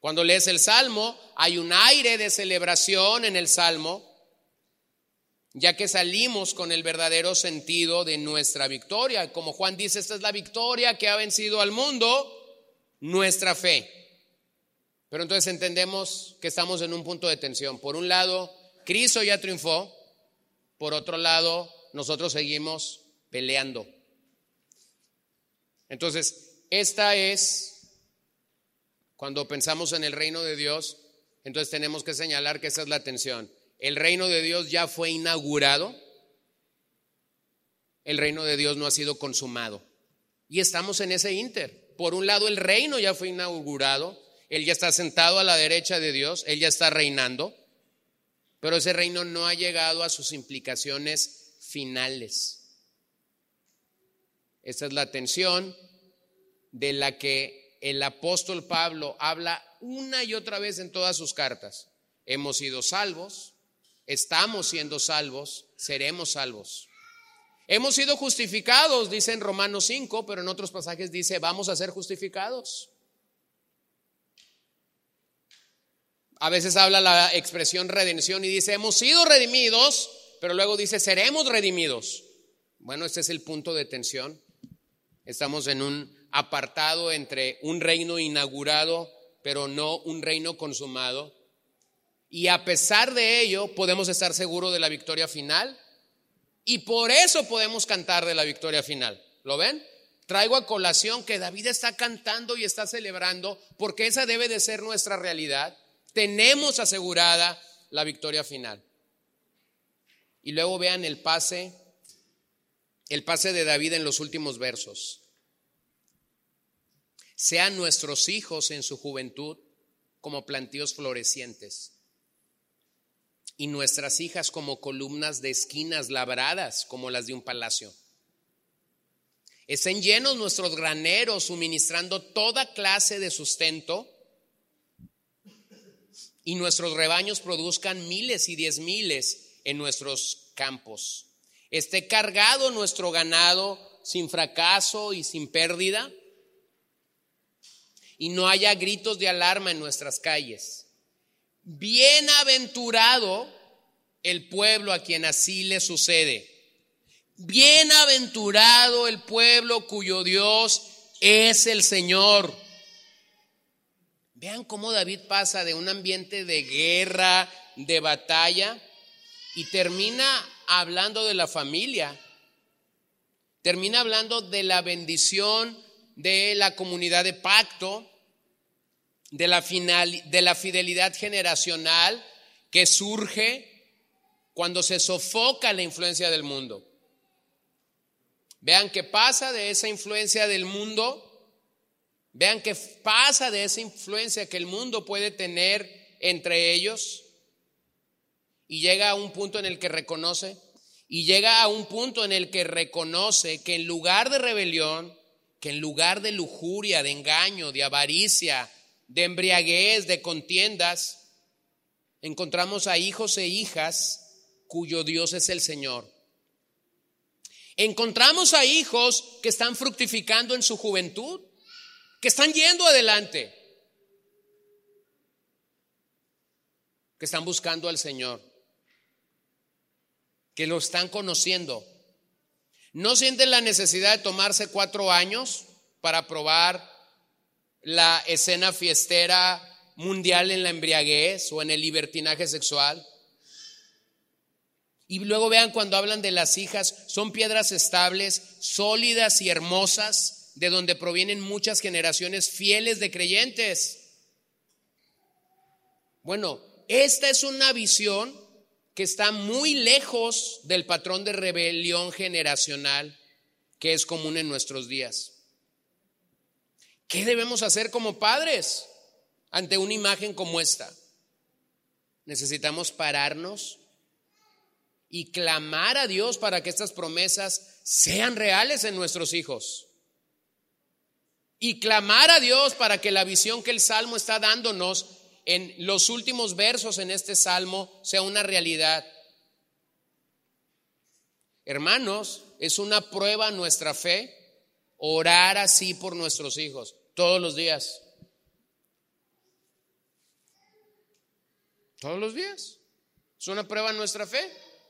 Cuando lees el Salmo, hay un aire de celebración en el Salmo, ya que salimos con el verdadero sentido de nuestra victoria. Como Juan dice, esta es la victoria que ha vencido al mundo, nuestra fe. Pero entonces entendemos que estamos en un punto de tensión. Por un lado, Cristo ya triunfó. Por otro lado, nosotros seguimos peleando. Entonces, esta es, cuando pensamos en el reino de Dios, entonces tenemos que señalar que esa es la tensión. El reino de Dios ya fue inaugurado, el reino de Dios no ha sido consumado. Y estamos en ese ínter. Por un lado, el reino ya fue inaugurado, Él ya está sentado a la derecha de Dios, Él ya está reinando, pero ese reino no ha llegado a sus implicaciones finales. Esta es la tensión de la que el apóstol Pablo habla una y otra vez en todas sus cartas. Hemos sido salvos, estamos siendo salvos, seremos salvos. Hemos sido justificados, dice en Romanos cinco, pero en otros pasajes dice vamos a ser justificados. A veces habla la expresión redención y dice hemos sido redimidos, pero luego dice seremos redimidos. Bueno, este es el punto de tensión. Estamos en un apartado entre un reino inaugurado, pero no un reino consumado. Y a pesar de ello, podemos estar seguros de la victoria final. Y por eso podemos cantar de la victoria final. ¿Lo ven? Traigo a colación que David está cantando y está celebrando, porque esa debe de ser nuestra realidad. Tenemos asegurada la victoria final. Y luego vean el pase, el pase de David en los últimos versos. Sean nuestros hijos en su juventud como plantíos florecientes, y nuestras hijas como columnas de esquinas labradas como las de un palacio. Estén llenos nuestros graneros, suministrando toda clase de sustento, y nuestros rebaños produzcan miles y diez miles en nuestros campos. Esté cargado nuestro ganado sin fracaso y sin pérdida, y no haya gritos de alarma en nuestras calles. Bienaventurado el pueblo a quien así le sucede. Bienaventurado el pueblo cuyo Dios es el Señor. Vean cómo David pasa de un ambiente de guerra, de batalla, y termina hablando de la familia. Termina hablando de la bendición de la comunidad de pacto, de la, final, de la fidelidad generacional que surge cuando se sofoca la influencia del mundo. Vean qué pasa de esa influencia del mundo, vean qué pasa de esa influencia que el mundo puede tener entre ellos, y llega a un punto en el que reconoce, y llega a un punto en el que reconoce que en lugar de rebelión, que en lugar de lujuria, de engaño, de avaricia, de embriaguez, de contiendas, encontramos a hijos e hijas cuyo Dios es el Señor. Encontramos a hijos que están fructificando en su juventud, que están yendo adelante, que están buscando al Señor, que lo están conociendo. No sienten la necesidad de tomarse cuatro años para probar la escena fiestera mundial en la embriaguez o en el libertinaje sexual. Y luego vean cuando hablan de las hijas, son piedras estables, sólidas y hermosas, de donde provienen muchas generaciones fieles de creyentes. Bueno, esta es una visión que está muy lejos del patrón de rebelión generacional que es común en nuestros días. ¿Qué debemos hacer como padres ante una imagen como esta? Necesitamos pararnos y clamar a Dios para que estas promesas sean reales en nuestros hijos. Y clamar a Dios para que la visión que el Salmo está dándonos en los últimos versos en este Salmo sea una realidad. Hermanos, es una prueba nuestra fe orar así por nuestros hijos todos los días. Todos los días. Es una prueba de nuestra fe.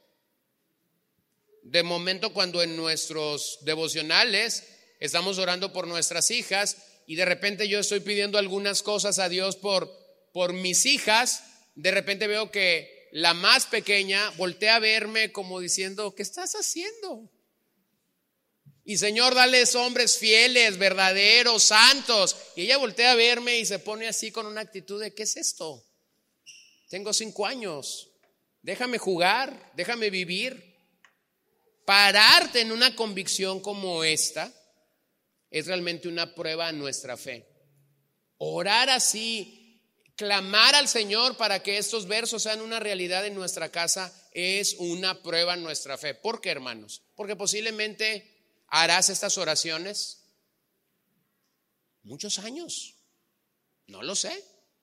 De momento, cuando en nuestros devocionales estamos orando por nuestras hijas y de repente yo estoy pidiendo algunas cosas a Dios por, por mis hijas, de repente veo que la más pequeña voltea a verme como diciendo, ¿qué estás haciendo? Y Señor, dales hombres fieles, verdaderos, santos. Y ella voltea a verme y se pone así con una actitud de, ¿qué es esto? Tengo cinco años, déjame jugar, déjame vivir. Pararte en una convicción como esta es realmente una prueba de nuestra fe. Orar así, clamar al Señor para que estos versos sean una realidad en nuestra casa es una prueba en nuestra fe. ¿Por qué, hermanos? Porque posiblemente harás estas oraciones muchos años. No lo sé.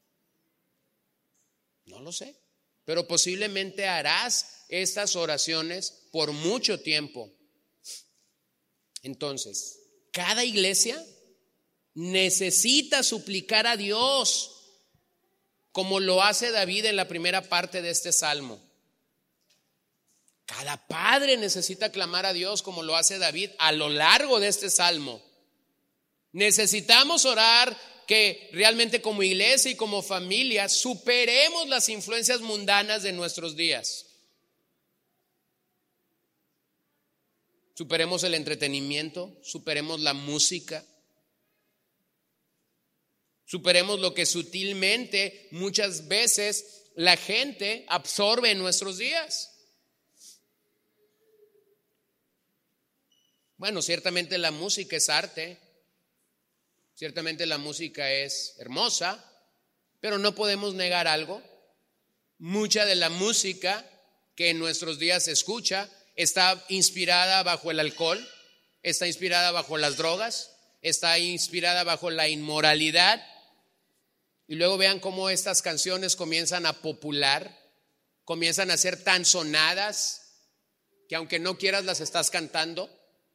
No lo sé. Pero posiblemente harás estas oraciones por mucho tiempo. Entonces, cada iglesia necesita suplicar a Dios, como lo hace David en la primera parte de este salmo. Cada padre necesita clamar a Dios como lo hace David a lo largo de este salmo. Necesitamos orar que realmente como iglesia y como familia superemos las influencias mundanas de nuestros días. Superemos el entretenimiento, superemos la música, superemos lo que sutilmente muchas veces la gente absorbe en nuestros días. Bueno, ciertamente la música es arte, ciertamente la música es hermosa, pero no podemos negar algo. Mucha de la música que en nuestros días se escucha está inspirada bajo el alcohol, está inspirada bajo las drogas, está inspirada bajo la inmoralidad. Y luego vean cómo estas canciones comienzan a popular, comienzan a ser tan sonadas que aunque no quieras las estás cantando.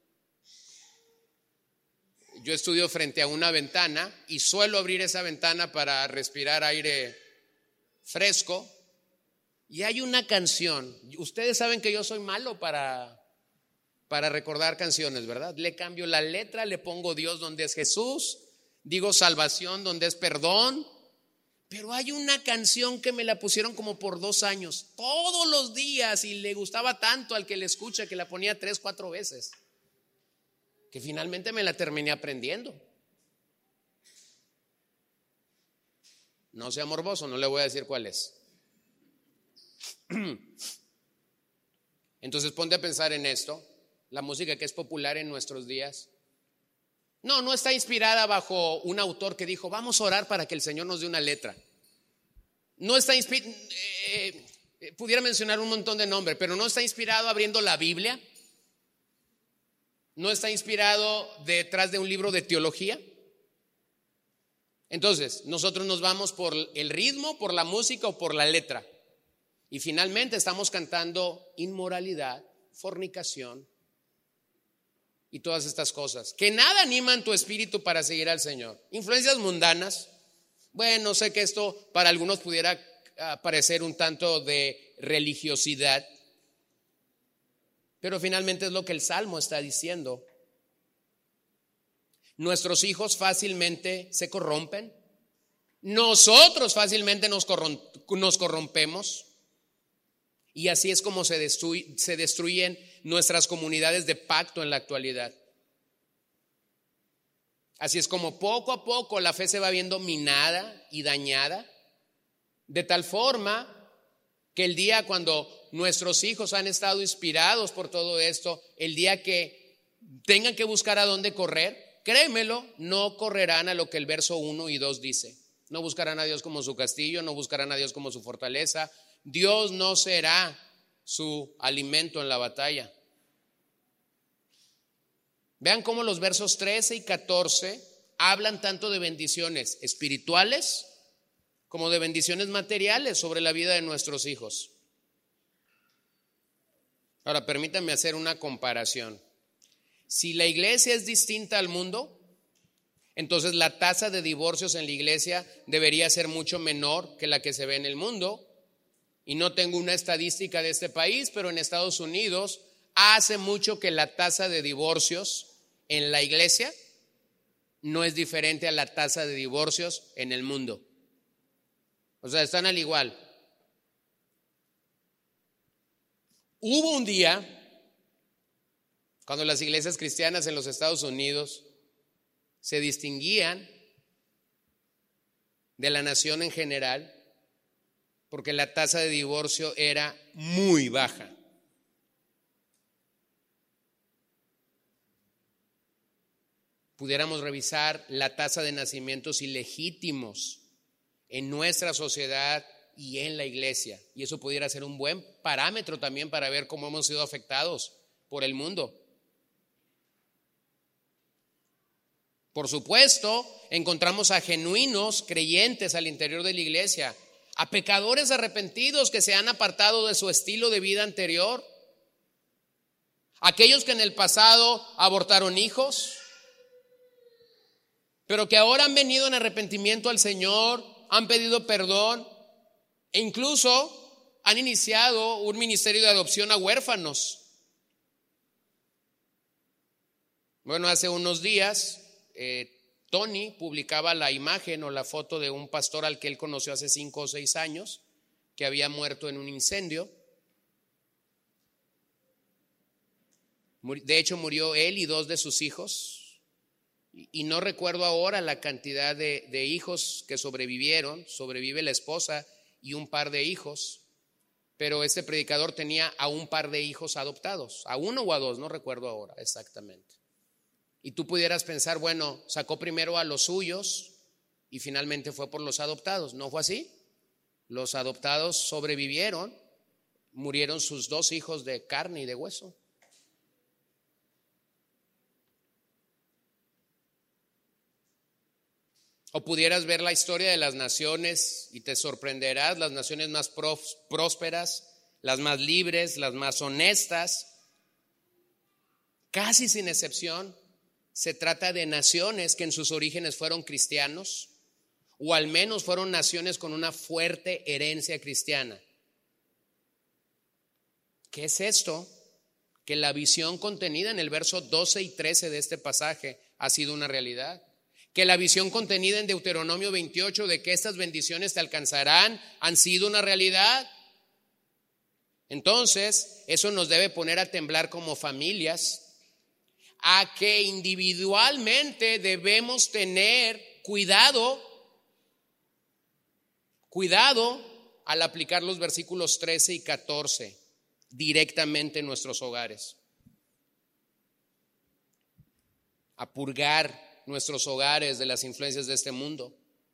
Yo estudio frente a una ventana y suelo abrir esa ventana para respirar aire fresco. Y hay una canción, ustedes saben que yo soy malo para, para recordar canciones, ¿verdad? Le cambio la letra, le pongo Dios donde es Jesús, digo salvación donde es perdón. Pero hay una canción que me la pusieron como por dos años, todos los días, y le gustaba tanto al que la escucha que la ponía tres, cuatro veces, que finalmente me la terminé aprendiendo. No sea morboso, no le voy a decir cuál es. Entonces ponte a pensar en esto. La música que es popular en nuestros días no, no está inspirada bajo un autor que dijo vamos a orar para que el Señor nos dé una letra. No está inspirado, eh, eh, pudiera mencionar un montón de nombres, pero no está inspirado abriendo la Biblia. No está inspirado detrás de un libro de teología. Entonces nosotros nos vamos por el ritmo, por la música o por la letra. Y finalmente estamos cantando inmoralidad, fornicación y todas estas cosas que nada animan tu espíritu para seguir al Señor. Influencias mundanas. Bueno, sé que esto para algunos pudiera parecer un tanto de religiosidad, pero finalmente es lo que el Salmo está diciendo. Nuestros hijos fácilmente se corrompen. Nosotros fácilmente nos, corrom- nos corrompemos. Y así es como se, destruy, se destruyen nuestras comunidades de pacto en la actualidad. Así es como poco a poco la fe se va viendo minada y dañada, de tal forma que el día cuando nuestros hijos han estado inspirados por todo esto, el día que tengan que buscar a dónde correr, créemelo, no correrán a lo que el verso uno y dos dice. No buscarán a Dios como su castillo, no buscarán a Dios como su fortaleza. Dios no será su alimento en la batalla. Vean cómo los versos trece y catorce hablan tanto de bendiciones espirituales como de bendiciones materiales sobre la vida de nuestros hijos. Ahora, permítanme hacer una comparación. Si la iglesia es distinta al mundo, entonces la tasa de divorcios en la iglesia debería ser mucho menor que la que se ve en el mundo. y no tengo una estadística de este país, pero en Estados Unidos hace mucho que la tasa de divorcios en la iglesia no es diferente a la tasa de divorcios en el mundo. O sea, están al igual. Hubo un día cuando las iglesias cristianas en los Estados Unidos se distinguían de la nación en general porque la tasa de divorcio era muy baja. Pudiéramos revisar la tasa de nacimientos ilegítimos en nuestra sociedad y en la iglesia, y eso pudiera ser un buen parámetro también para ver cómo hemos sido afectados por el mundo. Por supuesto, encontramos a genuinos creyentes al interior de la iglesia, a pecadores arrepentidos que se han apartado de su estilo de vida anterior, aquellos que en el pasado abortaron hijos, pero que ahora han venido en arrepentimiento al Señor, han pedido perdón e incluso han iniciado un ministerio de adopción a huérfanos. Bueno, hace unos días eh, Tony publicaba la imagen o la foto de un pastor al que él conoció hace cinco o seis años que había muerto en un incendio. De hecho, murió él y dos de sus hijos. Y no recuerdo ahora la cantidad de, de hijos que sobrevivieron. Sobrevive la esposa y un par de hijos. Pero este predicador tenía a un par de hijos adoptados, a uno o a dos, no recuerdo ahora exactamente. Y tú pudieras pensar, bueno, sacó primero a los suyos y finalmente fue por los adoptados. ¿No fue así? Los adoptados sobrevivieron, murieron sus dos hijos de carne y de hueso. O pudieras ver la historia de las naciones y te sorprenderás, las naciones más prósperas, las más libres, las más honestas, casi sin excepción, se trata de naciones que en sus orígenes fueron cristianos, o al menos fueron naciones con una fuerte herencia cristiana. ¿Qué es esto? Que la visión contenida en el verso doce y trece de este pasaje ha sido una realidad. Que la visión contenida en Deuteronomio veintiocho de que estas bendiciones te alcanzarán han sido una realidad. Entonces, eso nos debe poner a temblar como familias, a que individualmente debemos tener cuidado, cuidado al aplicar los versículos trece y catorce directamente en nuestros hogares. A purgar nuestros hogares de las influencias de este mundo.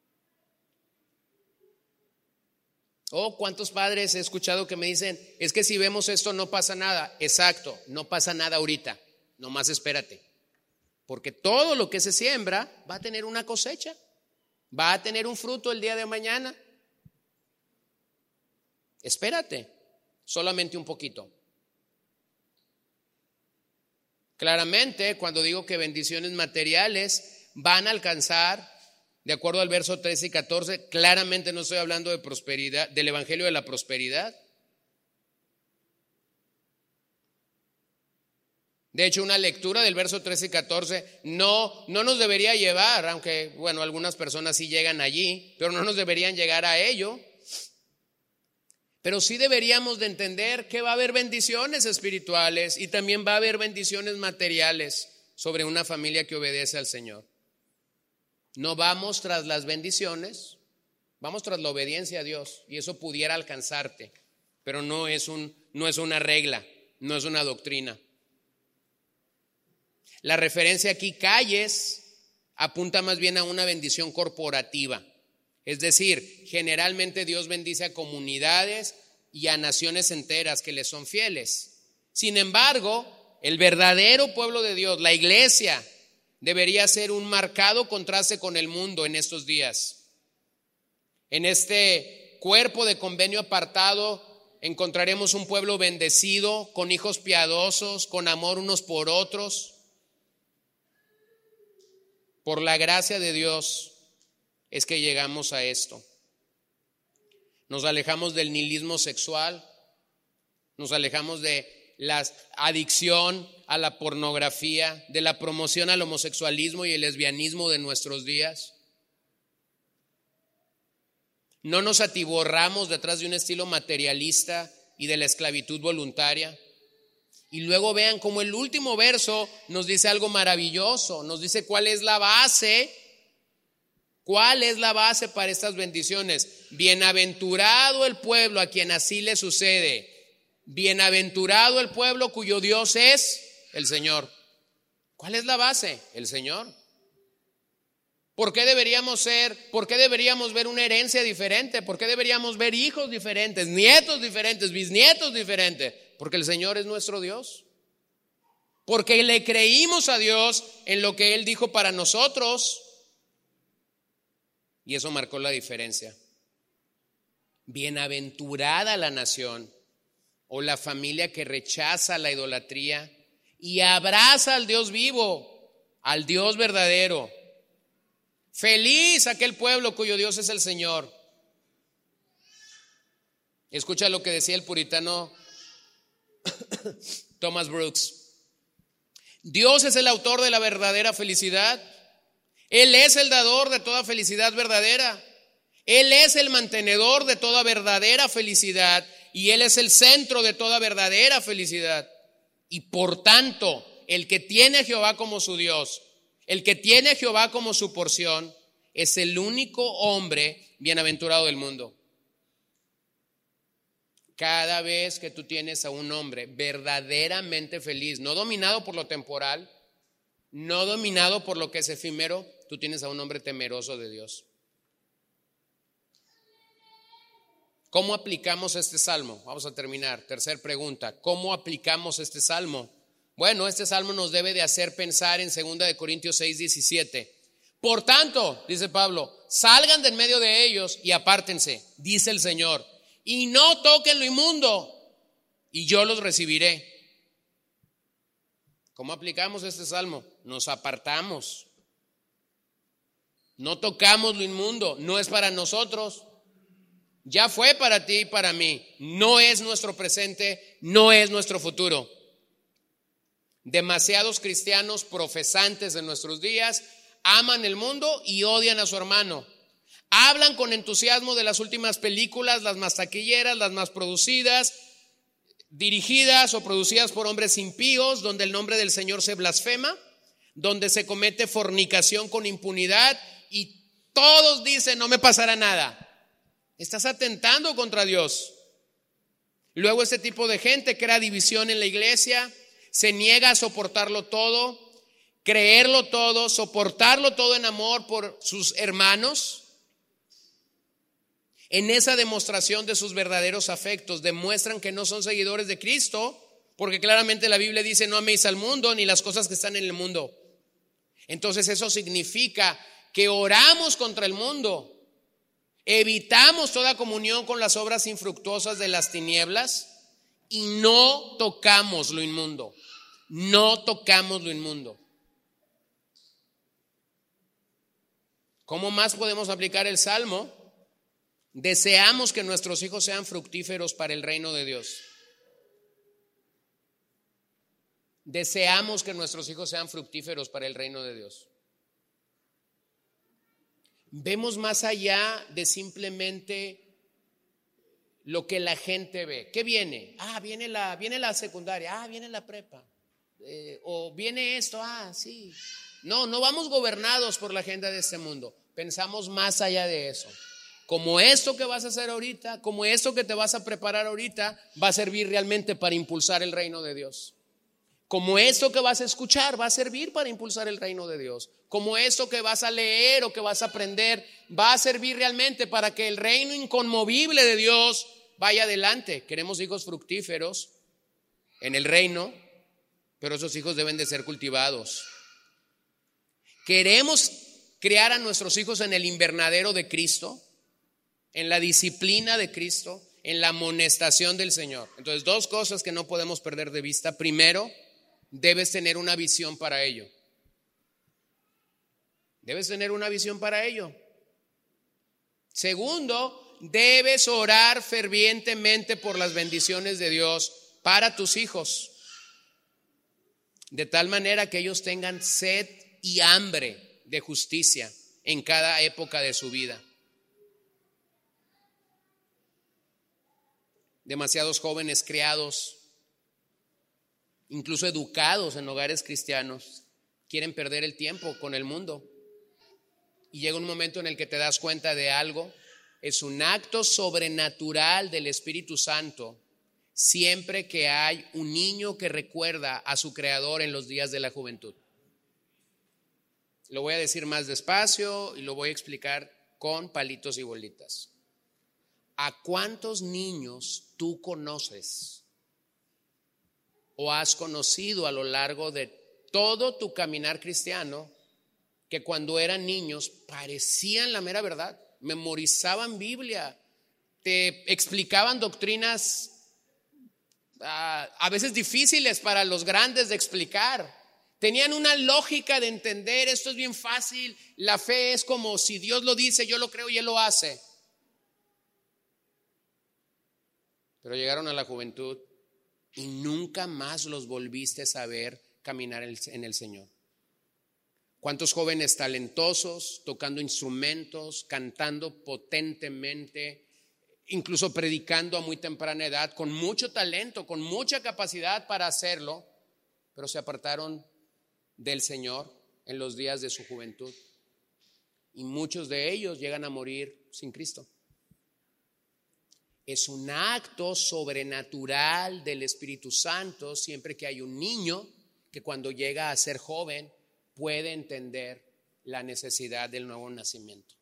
Oh, ¿cuántos padres he escuchado que me dicen, es que si vemos esto no pasa nada? Exacto, no pasa nada ahorita, nomás espérate. Porque todo lo que se siembra va a tener una cosecha, va a tener un fruto el día de mañana. Espérate, solamente un poquito. Claramente, cuando digo que bendiciones materiales van a alcanzar, de acuerdo al verso trece y catorce, claramente no estoy hablando de prosperidad, del evangelio de la prosperidad. De hecho, una lectura del verso trece y catorce no, no nos debería llevar, aunque bueno, algunas personas sí llegan allí, pero no nos deberían llegar a ello. Pero sí deberíamos de entender que va a haber bendiciones espirituales y también va a haber bendiciones materiales sobre una familia que obedece al Señor. No vamos tras las bendiciones, vamos tras la obediencia a Dios, y eso pudiera alcanzarte, pero no es un, no es una regla, no es una doctrina. La referencia aquí, calles, apunta más bien a una bendición corporativa. Es decir, generalmente Dios bendice a comunidades y a naciones enteras que le son fieles. Sin embargo, el verdadero pueblo de Dios, la iglesia, debería ser un marcado contraste con el mundo en estos días. En este cuerpo de convenio apartado encontraremos un pueblo bendecido, con hijos piadosos, con amor unos por otros. Por la gracia de Dios es que llegamos a esto. Nos alejamos del nihilismo sexual, nos alejamos de la adicción a la pornografía, de la promoción al homosexualismo y el lesbianismo de nuestros días. No nos atiborramos detrás de un estilo materialista y de la esclavitud voluntaria. Y luego vean cómo el último verso nos dice algo maravilloso, nos dice cuál es la base, cuál es la base para estas bendiciones. Bienaventurado el pueblo a quien así le sucede. Bienaventurado el pueblo cuyo Dios es el Señor. ¿Cuál es la base? El Señor. ¿Por qué deberíamos ser, por qué deberíamos ver una herencia diferente? ¿Por qué deberíamos ver hijos diferentes, nietos diferentes, bisnietos diferentes? Porque el Señor es nuestro Dios. Porque le creímos a Dios en lo que Él dijo para nosotros. Y eso marcó la diferencia. Bienaventurada la nación o la familia que rechaza la idolatría y abraza al Dios vivo, al Dios verdadero. Feliz aquel pueblo cuyo Dios es el Señor. Escucha lo que decía el puritano Thomas Brooks. Dios es el autor de la verdadera felicidad. Él es el dador de toda felicidad verdadera. Él es el mantenedor de toda verdadera felicidad y Él es el centro de toda verdadera felicidad. Y por tanto, el que tiene a Jehová como su Dios, el que tiene a Jehová como su porción, es el único hombre bienaventurado del mundo. Cada vez que tú tienes a un hombre verdaderamente feliz, no dominado por lo temporal, no dominado por lo que es efímero, tú tienes a un hombre temeroso de Dios. ¿Cómo aplicamos este salmo? Vamos a terminar. Tercer pregunta, ¿cómo aplicamos este salmo? Bueno, este salmo nos debe de hacer pensar en segunda de Corintios seis, diecisiete. Por tanto, dice Pablo, salgan de en medio de ellos y apártense, dice el Señor, y no toquen lo inmundo, y yo los recibiré. ¿Cómo aplicamos este salmo? Nos apartamos. No tocamos lo inmundo, no es para nosotros. Ya fue para ti y para mí. No es nuestro presente, no es nuestro futuro. Demasiados cristianos profesantes de nuestros días aman el mundo y odian a su hermano. Hablan con entusiasmo de las últimas películas, las más taquilleras, las más producidas, dirigidas o producidas por hombres impíos, donde el nombre del Señor se blasfema, donde se comete fornicación con impunidad y todos dicen no me pasará nada. Estás atentando contra Dios. Luego este tipo de gente crea división en la iglesia, se niega a soportarlo todo, creerlo todo, soportarlo todo en amor por sus hermanos. En esa demostración de sus verdaderos afectos demuestran que no son seguidores de Cristo, porque claramente la Biblia dice no améis al mundo ni las cosas que están en el mundo. Entonces eso significa que oramos contra el mundo, evitamos toda comunión con las obras infructuosas de las tinieblas y no tocamos lo inmundo, no tocamos lo inmundo. ¿Cómo más podemos aplicar el Salmo? Deseamos que nuestros hijos sean fructíferos para el reino de Dios. Deseamos que nuestros hijos sean fructíferos para el reino de Dios. Vemos más allá de simplemente lo que la gente ve. ¿Qué viene? Ah, viene la, viene la secundaria, ah, viene la prepa, eh, o viene esto, ah, sí. No, no vamos gobernados por la agenda de este mundo. Pensamos más allá de eso. Como esto que vas a hacer ahorita, como esto que te vas a preparar ahorita, va a servir realmente para impulsar el reino de Dios. Como esto que vas a escuchar va a servir para impulsar el reino de Dios. Como esto que vas a leer o que vas a aprender va a servir realmente para que el reino inconmovible de Dios vaya adelante. Queremos hijos fructíferos en el reino, pero esos hijos deben de ser cultivados. Queremos criar a nuestros hijos en el invernadero de Cristo, en la disciplina de Cristo, en la amonestación del Señor. Entonces, dos cosas que no podemos perder de vista. Primero, debes tener una visión para ello. Debes tener una visión para ello. Segundo, debes orar fervientemente por las bendiciones de Dios para tus hijos, de tal manera que ellos tengan sed y hambre de justicia en cada época de su vida. Demasiados jóvenes criados, incluso educados en hogares cristianos, quieren perder el tiempo con el mundo. Y llega un momento en el que te das cuenta de algo. Es un acto sobrenatural del Espíritu Santo siempre que hay un niño que recuerda a su Creador en los días de la juventud. Lo voy a decir más despacio y lo voy a explicar con palitos y bolitas. ¿A cuántos niños tú conoces o has conocido a lo largo de todo tu caminar cristiano que cuando eran niños parecían la mera verdad? Memorizaban Biblia, te explicaban doctrinas uh, a veces difíciles para los grandes de explicar. Tenían una lógica de entender, esto es bien fácil, la fe es como si Dios lo dice, yo lo creo y Él lo hace. Pero llegaron a la juventud y nunca más los volviste a ver caminar en el Señor. ¿Cuántos jóvenes talentosos, tocando instrumentos, cantando potentemente, incluso predicando a muy temprana edad, con mucho talento, con mucha capacidad para hacerlo, pero se apartaron del Señor en los días de su juventud? Y muchos de ellos llegan a morir sin Cristo. Es un acto sobrenatural del Espíritu Santo siempre que hay un niño que cuando llega a ser joven puede entender la necesidad del nuevo nacimiento.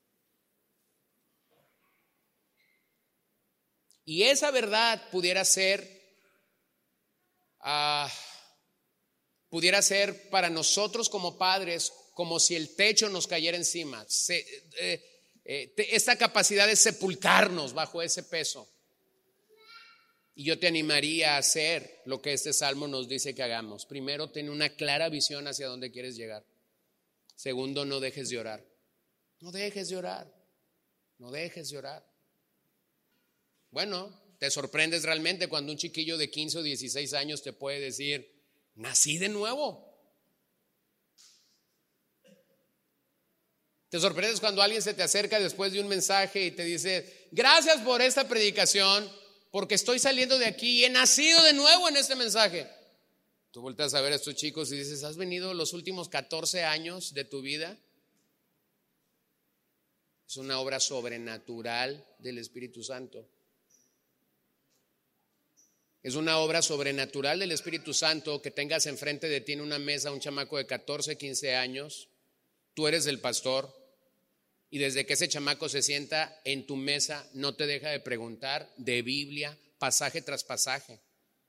Y esa verdad pudiera ser, uh, pudiera ser para nosotros como padres como si el techo nos cayera encima. Se, eh, eh, esta capacidad de sepultarnos bajo ese peso. Y yo te animaría a hacer lo que este salmo nos dice que hagamos. Primero, ten una clara visión hacia dónde quieres llegar. Segundo, no dejes de orar. No dejes de orar. No dejes de orar. Bueno, te sorprendes realmente cuando un chiquillo de quince o dieciséis años te puede decir, nací de nuevo. Te sorprendes cuando alguien se te acerca después de un mensaje y te dice, gracias por esta predicación, porque estoy saliendo de aquí y he nacido de nuevo en este mensaje. Tú volteas a ver a estos chicos y dices, ¿has venido los últimos catorce años de tu vida? Es una obra sobrenatural del Espíritu Santo. Es una obra sobrenatural del Espíritu Santo que tengas enfrente de ti en una mesa un chamaco de catorce, quince años. Tú eres el pastor y desde que ese chamaco se sienta en tu mesa no te deja de preguntar de Biblia, pasaje tras pasaje.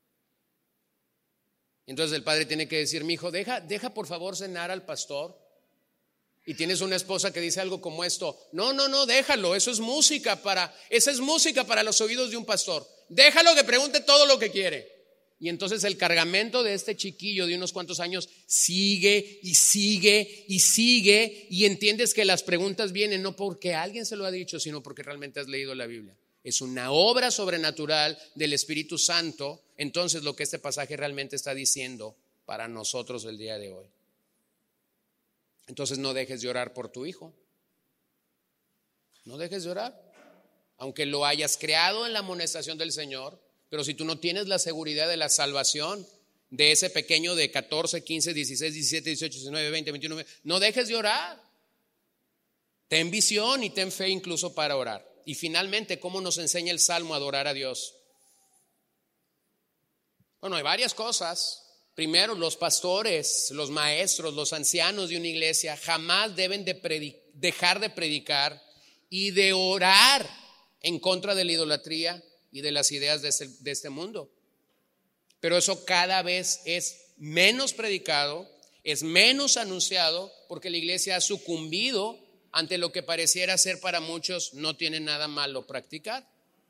Entonces el padre tiene que decir, mi hijo, deja, deja por favor cenar al pastor. Y tienes una esposa que dice algo como esto, no, no, no, déjalo, eso es música para, esa es música para los oídos de un pastor. Déjalo que pregunte todo lo que quiere. Y entonces el cargamento de este chiquillo de unos cuantos años sigue y sigue y sigue, y entiendes que las preguntas vienen no porque alguien se lo ha dicho, sino porque realmente has leído la Biblia. Es una obra sobrenatural del Espíritu Santo. Entonces lo que este pasaje realmente está diciendo para nosotros el día de hoy. Entonces no dejes de orar por tu hijo. No dejes de orar. Aunque lo hayas creado en la amonestación del Señor, pero si tú no tienes la seguridad de la salvación de ese pequeño de catorce, quince, dieciséis, diecisiete, dieciocho, diecinueve, veinte, veintiuno, no dejes de orar. Ten visión y ten fe incluso para orar. Y finalmente, ¿cómo nos enseña el Salmo a adorar a Dios? Bueno, hay varias cosas. Primero, los pastores, los maestros, los ancianos de una iglesia jamás deben de predic- dejar de predicar y de orar en contra de la idolatría y de las ideas de este, de este mundo. Pero eso cada vez es menos predicado, es menos anunciado, porque la iglesia ha sucumbido ante lo que pareciera ser para muchos no tiene nada malo practicar.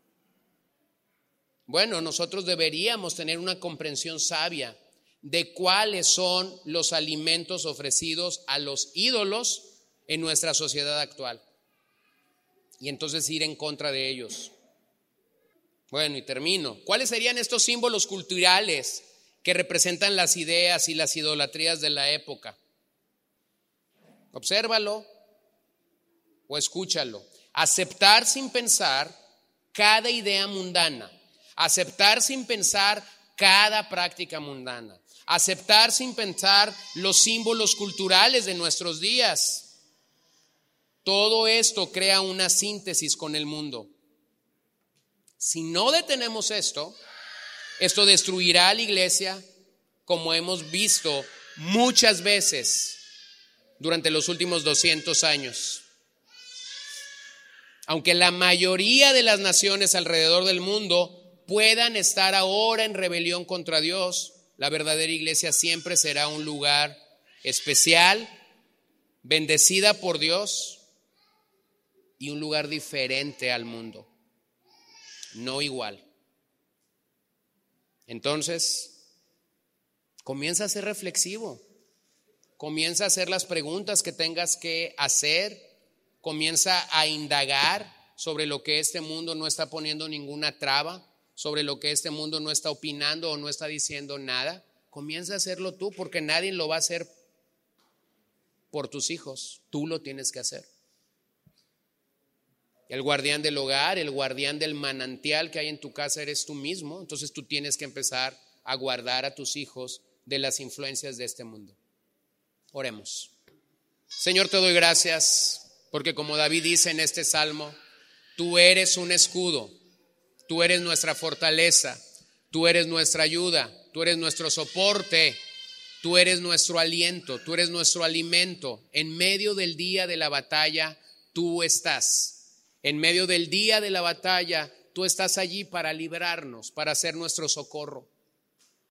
Bueno, nosotros deberíamos tener una comprensión sabia de cuáles son los alimentos ofrecidos a los ídolos en nuestra sociedad actual. y entonces ir en contra de ellos. Bueno, y termino. ¿Cuáles serían estos símbolos culturales que representan las ideas y las idolatrías de la época? Obsérvalo o escúchalo. Aceptar sin pensar cada idea mundana. Aceptar sin pensar cada práctica mundana. Aceptar sin pensar los símbolos culturales de nuestros días. Todo esto crea una síntesis con el mundo. Si no detenemos esto, esto destruirá a la iglesia, como hemos visto muchas veces durante los últimos doscientos años. Aunque la mayoría de las naciones alrededor del mundo puedan estar ahora en rebelión contra Dios, la verdadera iglesia siempre será un lugar especial, bendecida por Dios y un lugar diferente al mundo, no igual. Entonces, comienza a ser reflexivo, comienza a hacer las preguntas que tengas que hacer, comienza a indagar sobre lo que este mundo no está poniendo ninguna traba, sobre lo que este mundo no está opinando o no está diciendo nada. Comienza a hacerlo tú, porque nadie lo va a hacer por tus hijos, tú lo tienes que hacer. El guardián del hogar, el guardián del manantial que hay en tu casa eres tú mismo. Entonces tú tienes que empezar a guardar a tus hijos de las influencias de este mundo. Oremos. Señor, te doy gracias porque, como David dice en este salmo, tú eres un escudo, tú eres nuestra fortaleza, tú eres nuestra ayuda, tú eres nuestro soporte, tú eres nuestro aliento, tú eres nuestro alimento. En medio del día de la batalla, tú estás. En medio del día de la batalla, tú estás allí para librarnos, para ser nuestro socorro.